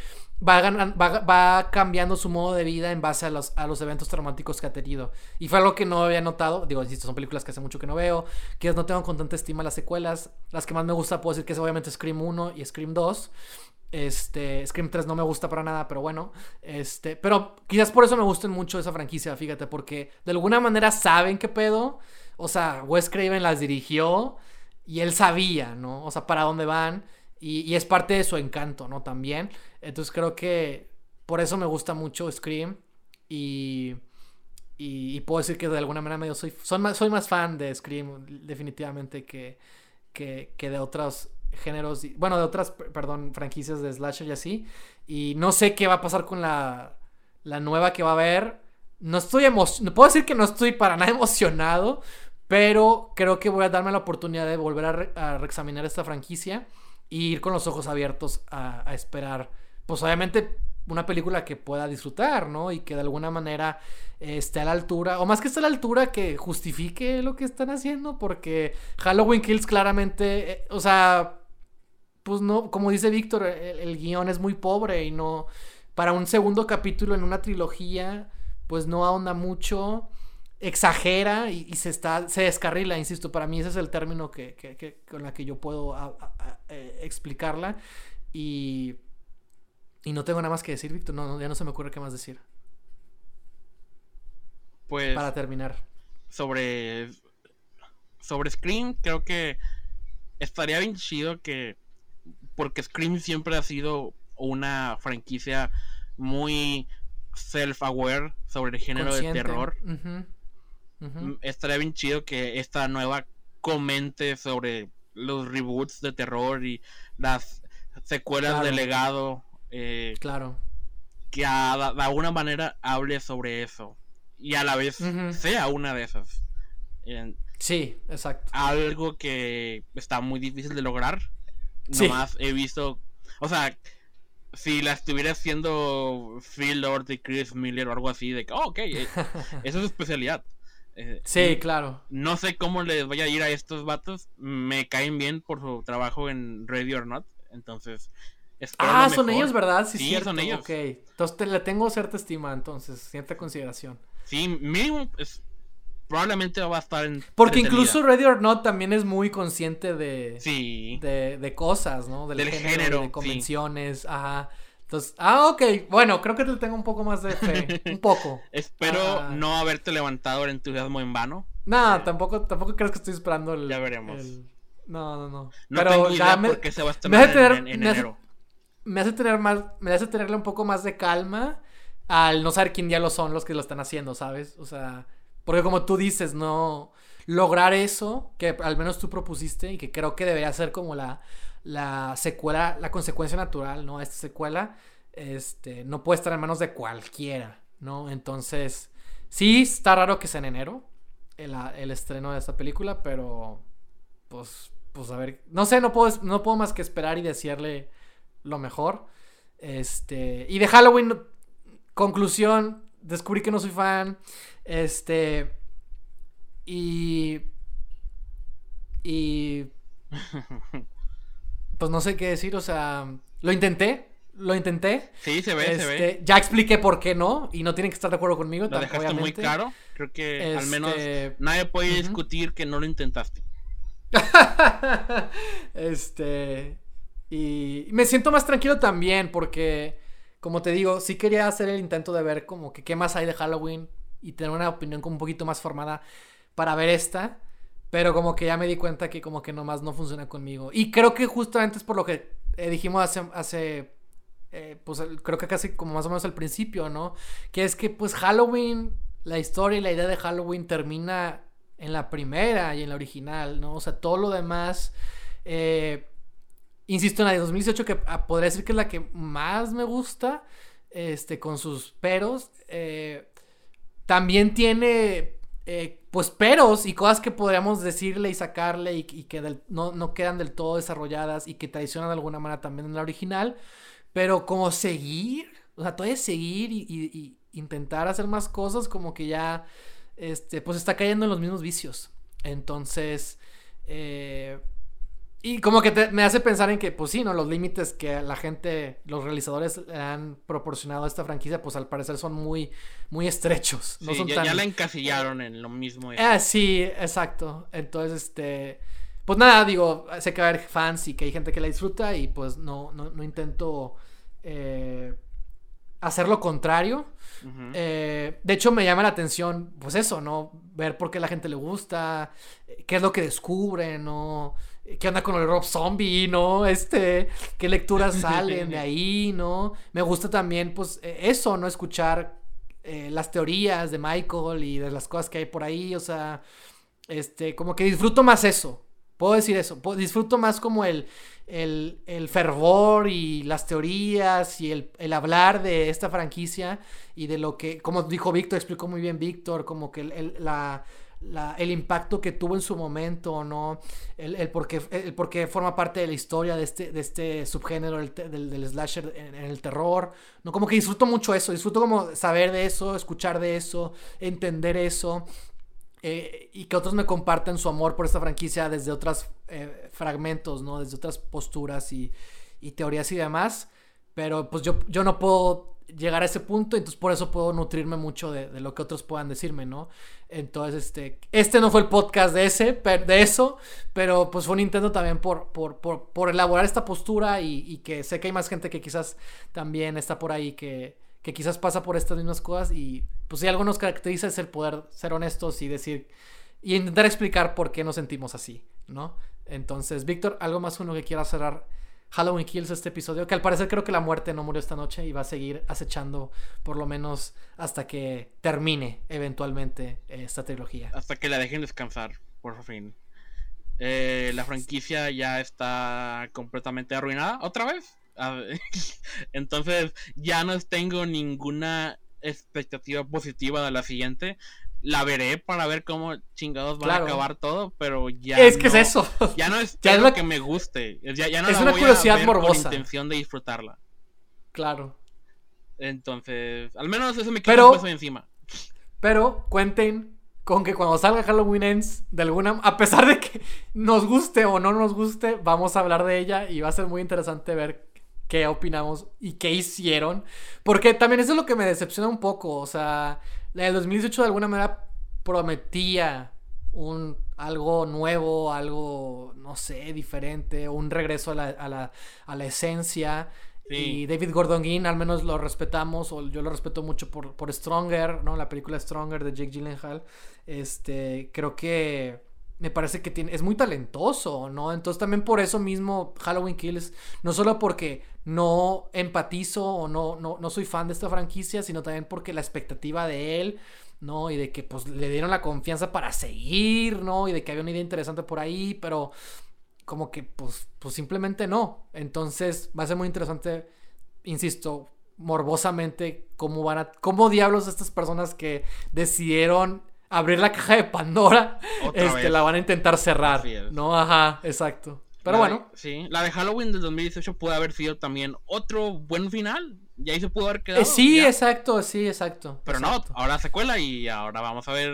va cambiando su modo de vida en base a los eventos traumáticos que ha tenido. Y fue algo que no había notado. Digo, insisto, son películas que hace mucho que no veo, que no tengo con tanta estima las secuelas. Las que más me gusta puedo decir que es obviamente Scream 1 y Scream 2. Scream 3 no me gusta para nada, pero bueno. Pero quizás por eso me gusten mucho esa franquicia, fíjate, porque de alguna manera saben qué pedo. O sea, Wes Craven las dirigió y él sabía, ¿no? O sea, para dónde van. Y es parte de su encanto, ¿no? También. Entonces creo que por eso me gusta mucho Scream. Y puedo decir que de alguna manera soy más fan de Scream definitivamente que de otros géneros. Bueno, de otras, franquicias de slasher y así. Y no sé qué va a pasar con la nueva que va a haber. No puedo decir que no estoy para nada emocionado, pero creo que voy a darme la oportunidad de volver a reexaminar esta franquicia y ir con los ojos abiertos a esperar, pues obviamente una película que pueda disfrutar, ¿no? Y que de alguna manera esté a la altura, o más que esté a la altura, que justifique lo que están haciendo, porque Halloween Kills claramente, o sea, pues no, como dice Víctor, el guión es muy pobre y no, para un segundo capítulo en una trilogía, pues no ahonda mucho, exagera y se descarrila, insisto, para mí ese es el término con la que yo puedo explicarla, y no tengo nada más que decir, Víctor, ya no se me ocurre qué más decir. Pues para terminar, sobre Scream, creo que estaría bien chido porque Scream siempre ha sido una franquicia muy self-aware sobre el género consciente de terror. Estaría bien chido que esta nueva comente sobre los reboots de terror y las secuelas de legado. Claro. Que de alguna manera hable sobre eso y a la vez sea una de esas. Sí, exacto. Algo que está muy difícil de lograr. Nomás he visto, o sea, si la estuviera haciendo Phil Lord y Chris Miller o algo así, de que, ok, esa es su especialidad. Sí, claro. No sé cómo les vaya a ir a estos vatos. Me caen bien por su trabajo en Ready or Not. Entonces, son ellos, ¿verdad? Sí, cierto. Son ellos. Ok, entonces le tengo cierta estima, entonces, cierta consideración. Sí, mínimo, probablemente va a estar en... Porque incluso Ready or Not también es muy consciente de... Sí. De cosas, ¿no? Del género, de convenciones, sí. Ajá. Entonces, ok, bueno, creo que le tengo un poco más de fe, un poco. Espero no haberte levantado el entusiasmo en vano. No, tampoco crees que estoy esperando ya veremos. No. No pero tengo idea por qué se va a estrenar en enero. Me hace tenerle un poco más de calma al no saber quién ya lo son los que lo están haciendo, ¿sabes? O sea, porque como tú dices, no lograr eso que al menos tú propusiste y que creo que debería ser como la secuela, la consecuencia natural, ¿no? Esta secuela, no puede estar en manos de cualquiera, ¿no? Entonces, sí está raro que sea en enero el estreno de esta película, pero pues a ver, no sé, no puedo más que esperar y desearle lo mejor. Y de Halloween, conclusión, descubrí que no soy fan. Y pues no sé qué decir, o sea, lo intenté. Sí, se ve. Ya expliqué por qué no, y no tienen que estar de acuerdo conmigo. Lo dejaste obviamente. muy claro. Creo que al menos nadie puede discutir que no lo intentaste. Y me siento más tranquilo también porque, como te digo, sí quería hacer el intento de ver como que qué más hay de Halloween y tener una opinión como un poquito más formada para ver esta. Pero como que ya me di cuenta que como que nomás no funciona conmigo. Y creo que justamente es por lo que dijimos hace pues creo que casi como más o menos al principio, ¿no? Que es que pues Halloween, la historia y la idea de Halloween termina en la primera y en la original, ¿no? O sea, todo lo demás, insisto, en la de 2018 que podría decir que es la que más me gusta, con sus peros, también tiene pues peros y cosas que podríamos decirle y sacarle y que no quedan del todo desarrolladas y que traicionan de alguna manera también en la original. Pero como seguir, o sea, todavía seguir y intentar hacer más cosas, como que ya, pues está cayendo en los mismos vicios. Entonces, y como que me hace pensar en que, pues sí, ¿no? Los límites que la gente, los realizadores le han proporcionado a esta franquicia, pues al parecer son muy, muy estrechos. Sí, no son ya la encasillaron en lo mismo. Sí, exacto. Entonces, pues nada, digo, sé que va a haber fans y que hay gente que la disfruta y pues no intento hacer lo contrario. Uh-huh. De hecho, me llama la atención, pues eso, ¿no? Ver por qué a la gente le gusta, qué es lo que descubre, ¿no? ¿Qué onda con el Rob Zombie, no? ¿Qué lecturas salen de ahí, no? Me gusta también, pues, eso, ¿no? Escuchar las teorías de Michael y de las cosas que hay por ahí, o sea, como que disfruto más eso. Puedo decir eso, disfruto más como el fervor y las teorías y el hablar de esta franquicia y de lo que, como dijo Víctor, explicó muy bien Víctor, como que el impacto que tuvo en su momento, ¿no? El por qué forma parte de la historia de este subgénero del slasher en el terror, ¿no? Como que disfruto mucho eso, disfruto como saber de eso, escuchar de eso, entender eso. Y que otros me compartan su amor por esta franquicia desde otros fragmentos, ¿no? Desde otras posturas y teorías y demás. Pero pues yo no puedo llegar a ese punto, entonces por eso puedo nutrirme mucho de lo que otros puedan decirme, ¿no? Entonces, no fue el podcast de eso, pero pues fue un intento también por elaborar esta postura y que sé que hay más gente que quizás también está por ahí que quizás pasa por estas mismas cosas y pues si algo nos caracteriza es el poder ser honestos y decir y intentar explicar por qué nos sentimos así, ¿no? Entonces, Víctor, ¿algo más uno que quiera cerrar Halloween Kills este episodio? Que al parecer creo que la muerte no murió esta noche y va a seguir acechando por lo menos hasta que termine eventualmente esta trilogía. Hasta que la dejen descansar, por fin. La franquicia ya está completamente arruinada otra vez. Entonces ya no tengo ninguna expectativa positiva de la siguiente. La veré para ver cómo chingados van a acabar todo, pero ya es que es eso. Ya no es lo que me guste. Ya no es la una voy curiosidad a ver morbosa. con intención de disfrutarla. Claro. Entonces, al menos eso me quita un peso de encima. Pero cuenten con que cuando salga Halloween Ends, a pesar de que nos guste o no nos guste, vamos a hablar de ella y va a ser muy interesante ver qué opinamos y qué hicieron. Porque también eso es lo que me decepciona un poco. O sea, la del 2018 de alguna manera prometía algo nuevo, algo, no sé, diferente, un regreso a la esencia. Sí. Y David Gordon Green al menos lo respetamos, o yo lo respeto mucho por Stronger, ¿no? La película Stronger de Jake Gyllenhaal. Creo que me parece que es muy talentoso, ¿no? Entonces también por eso mismo Halloween Kills, no solo porque no empatizo o no soy fan de esta franquicia, sino también porque la expectativa de él, ¿no? Y de que pues le dieron la confianza para seguir, ¿no? Y de que había una idea interesante por ahí, pero como que pues simplemente no. Entonces va a ser muy interesante, insisto, morbosamente cómo diablos estas personas que decidieron abrir la caja de Pandora la van a intentar cerrar, ¿no? Ajá, exacto. Pero bueno. Sí, la de Halloween del 2018 puede haber sido también otro buen final. Y ahí se pudo haber quedado. Sí, exacto, sí, exacto. Pero exacto. no, ahora secuela y ahora vamos a ver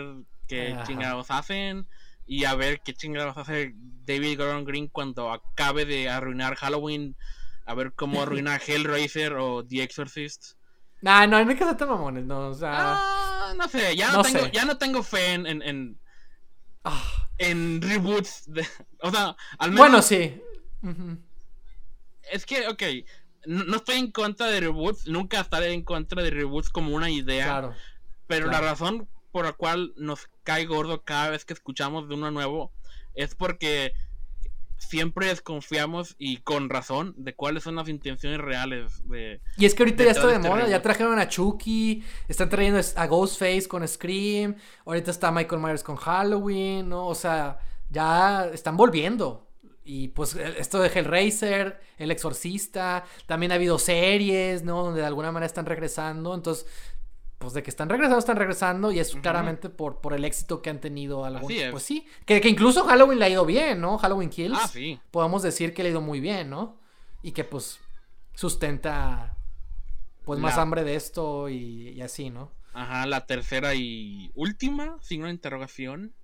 qué Ajá. chingados hacen y a ver qué chingados hace David Gordon Green cuando acabe de arruinar Halloween, a ver cómo arruina Hellraiser o The Exorcist. Nah, no hay que ser tan mamones, no, o sea, No sé, no sé. ya no tengo fe Ah, en reboots o sea, al menos bueno, sí. Ujú. es que, ok, no estoy en contra de reboots, nunca estaré en contra de reboots como una idea, Claro, pero la claro. razón por la cual nos cae gordo cada vez que escuchamos de uno nuevo es porque siempre desconfiamos y con razón de cuáles son las intenciones reales Y es que ahorita ya está detrás de de este moda, ya reboot. trajeron a Chucky, están trayendo a Ghostface con Scream, ahorita está Michael Myers con Halloween, ¿no? O sea, ya están volviendo. Y pues esto de Hellraiser, El Exorcista, también ha habido series, ¿no? Donde de alguna manera están regresando, entonces, pues de que están regresando y es claramente por el éxito que han tenido Así algunos. es. Pues sí, que incluso Halloween le ha ido bien, ¿no? Halloween Kills, Sí. podemos decir que le ha ido muy bien, ¿no? Y que pues sustenta pues más hambre de esto y así, ¿no? Ajá, la tercera y última, signo de interrogación.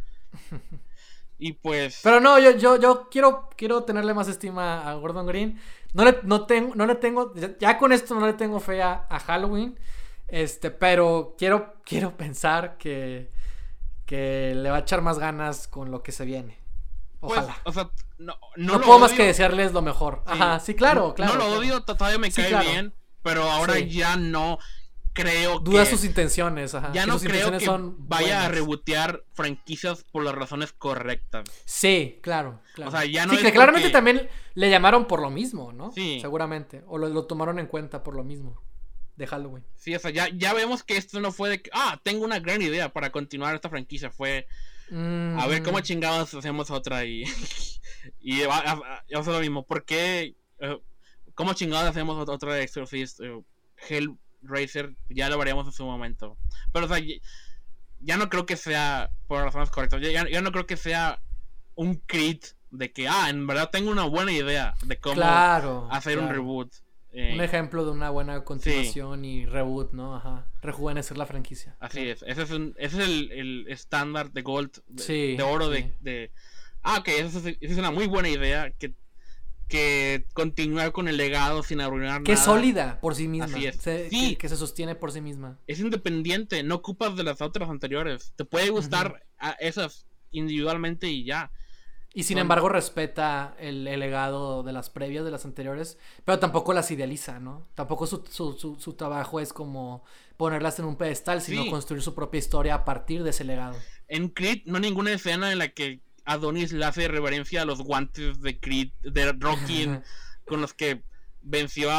Y pues... Pero no, yo quiero tenerle más estima a Gordon Green. No le tengo, ya con esto no le tengo fe a Halloween. Pero quiero pensar que le va a echar más ganas con lo que se viene. Ojalá. Pues, o sea, no puedo más odio. que desearles lo mejor. Sí. Ajá, sí, claro. No lo odio, todavía me Sí, cae claro. bien, pero ahora Sí. ya no creo Duda que... sus intenciones, ajá. Ya que no sus creo intenciones que son vaya a buenas. rebotear franquicias por las razones correctas. Sí, claro. O sea, ya no sí, es que claramente porque... también le llamaron por lo mismo, ¿no? Sí. Seguramente. O lo tomaron en cuenta por lo mismo. De Halloween. Sí, o sea, ya vemos que esto no fue de que... tengo una gran idea para continuar esta franquicia. Fue... A ver cómo chingados hacemos otra y... y va a ser lo mismo. ¿Por qué? ¿Cómo chingados hacemos otra de Exorcist? Hellraiser, ya lo veremos en su momento. Pero, o sea, ya no creo que sea por razones correctas. Ya no creo que sea un crit de que, en verdad tengo una buena idea de cómo hacer un reboot. Un ejemplo de una buena continuación y reboot, ¿no? Ajá. Rejuvenecer la franquicia. Así es. Ese es el estándar de Gold, de oro de... ok, esa es una muy buena idea que continuar con el legado sin arruinar nada. Que es sólida por sí misma. Así es. Que se sostiene por sí misma. Es independiente, no ocupas de las otras anteriores. Te puede gustar a esas individualmente y ya. Y sin embargo respeta el legado de las previas, de las anteriores, pero tampoco las idealiza, ¿no? Tampoco su trabajo es como ponerlas en un pedestal, sino construir su propia historia a partir de ese legado. En Creed no hay ninguna escena en la que Adonis le hace reverencia a los guantes de Creed, de Rocky, con los que venció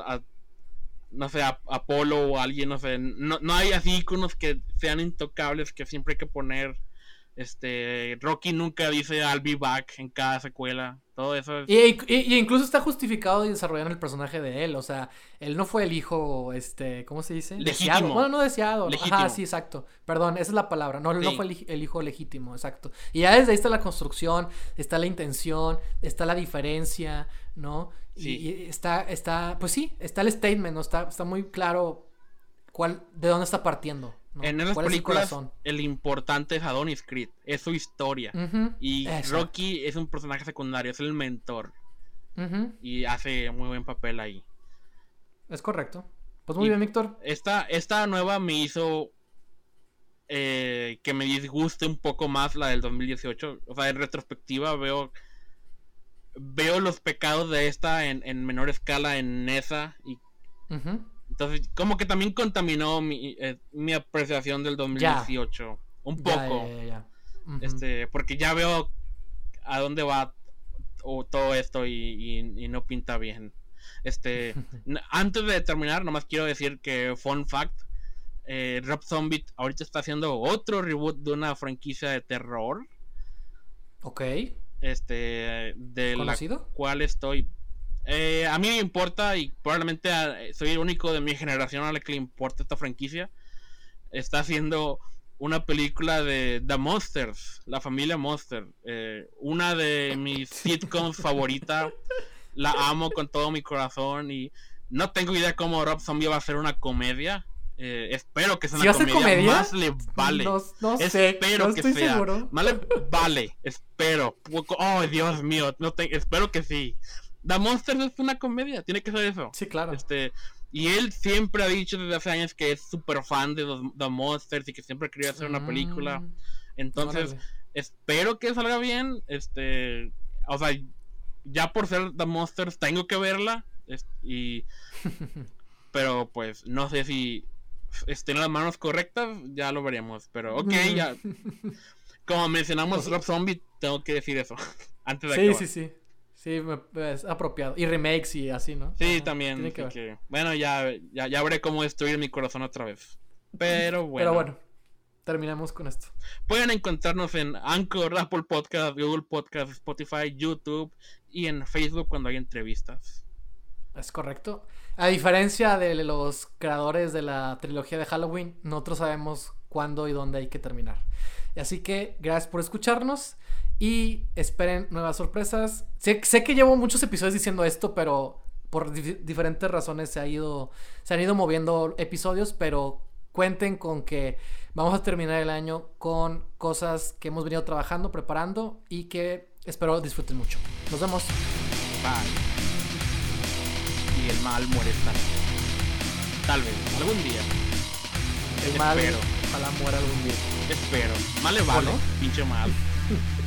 no sé, a Apolo o a alguien, no sé. No hay así iconos que sean intocables que siempre hay que poner. Rocky nunca dice I'll be back en cada secuela. Todo eso es... y incluso está justificado y desarrollando el personaje de él. O sea, él no fue el hijo, ¿cómo se dice? Legítimo. Deseado. Bueno, no deseado. Legítimo. Ajá, sí, exacto. Perdón, esa es la palabra. No fue el hijo legítimo, exacto. Y ya desde ahí está la construcción, está la intención, está la diferencia, ¿no? Sí. Y está, pues sí, está el statement, ¿no? Está muy claro de dónde está partiendo. ¿no? En esas películas el importante es Adonis Creed, es su historia. Y Rocky es un personaje secundario, es el mentor. Y hace muy buen papel ahí. Es correcto. Pues muy bien, Víctor. Esta nueva me hizo que me disguste un poco más la del 2018. O sea, en retrospectiva veo los pecados de esta en menor escala en esa. Y entonces, como que también contaminó mi apreciación del 2018. Un poco. Ya. Porque ya veo a dónde va todo esto y no pinta bien. Antes de terminar, nomás quiero decir que, fun fact, Rob Zombie ahorita está haciendo otro reboot de una franquicia de terror. Ok. De ¿Conocido? la cual estoy... a mí me importa y probablemente soy el único de mi generación a la que le importa esta franquicia. Está haciendo una película de The Monsters, la familia Monster, una de mis sitcoms favorita. La amo con todo mi corazón y no tengo idea cómo Rob Zombie va a hacer una comedia. Espero que sea ¿Sí una va a ser comedia. comedia? Más le vale. No sé, Espero no que estoy sea. seguro. Más le vale. Espero. Oh, Dios mío. Espero que sí. The Monsters es una comedia. Tiene que ser eso. Sí, claro. Y él siempre ha dicho desde hace años que es súper fan de los The Monsters y que siempre quería hacer una película. Entonces, órale. espero que salga bien. O sea, ya por ser The Monsters tengo que verla. Pero pues no sé si tiene las manos correctas, ya lo veremos. Pero ok, ya. Como mencionamos Rob Zombie, tengo que decir eso. Antes de acabar. Sí. Sí, es apropiado. Y remakes y así, ¿no? Sí, también. Que, bueno, ya veré cómo destruir mi corazón otra vez. Pero bueno. Terminamos con esto. Pueden encontrarnos en Anchor, Apple Podcast, Google Podcast, Spotify, YouTube y en Facebook cuando hay entrevistas. Es correcto. A diferencia de los creadores de la trilogía de Halloween, nosotros sabemos cuándo y dónde hay que terminar. Así que gracias por escucharnos y esperen nuevas sorpresas. Sé que llevo muchos episodios diciendo esto, pero por diferentes razones se han ido moviendo episodios, pero cuenten con que vamos a terminar el año con cosas que hemos venido trabajando, preparando y que espero disfruten mucho. Nos vemos. Bye. Y el mal muere tal vez, algún día. El mal ojalá muera algún día. Espero. Mal le vale, pinche mal.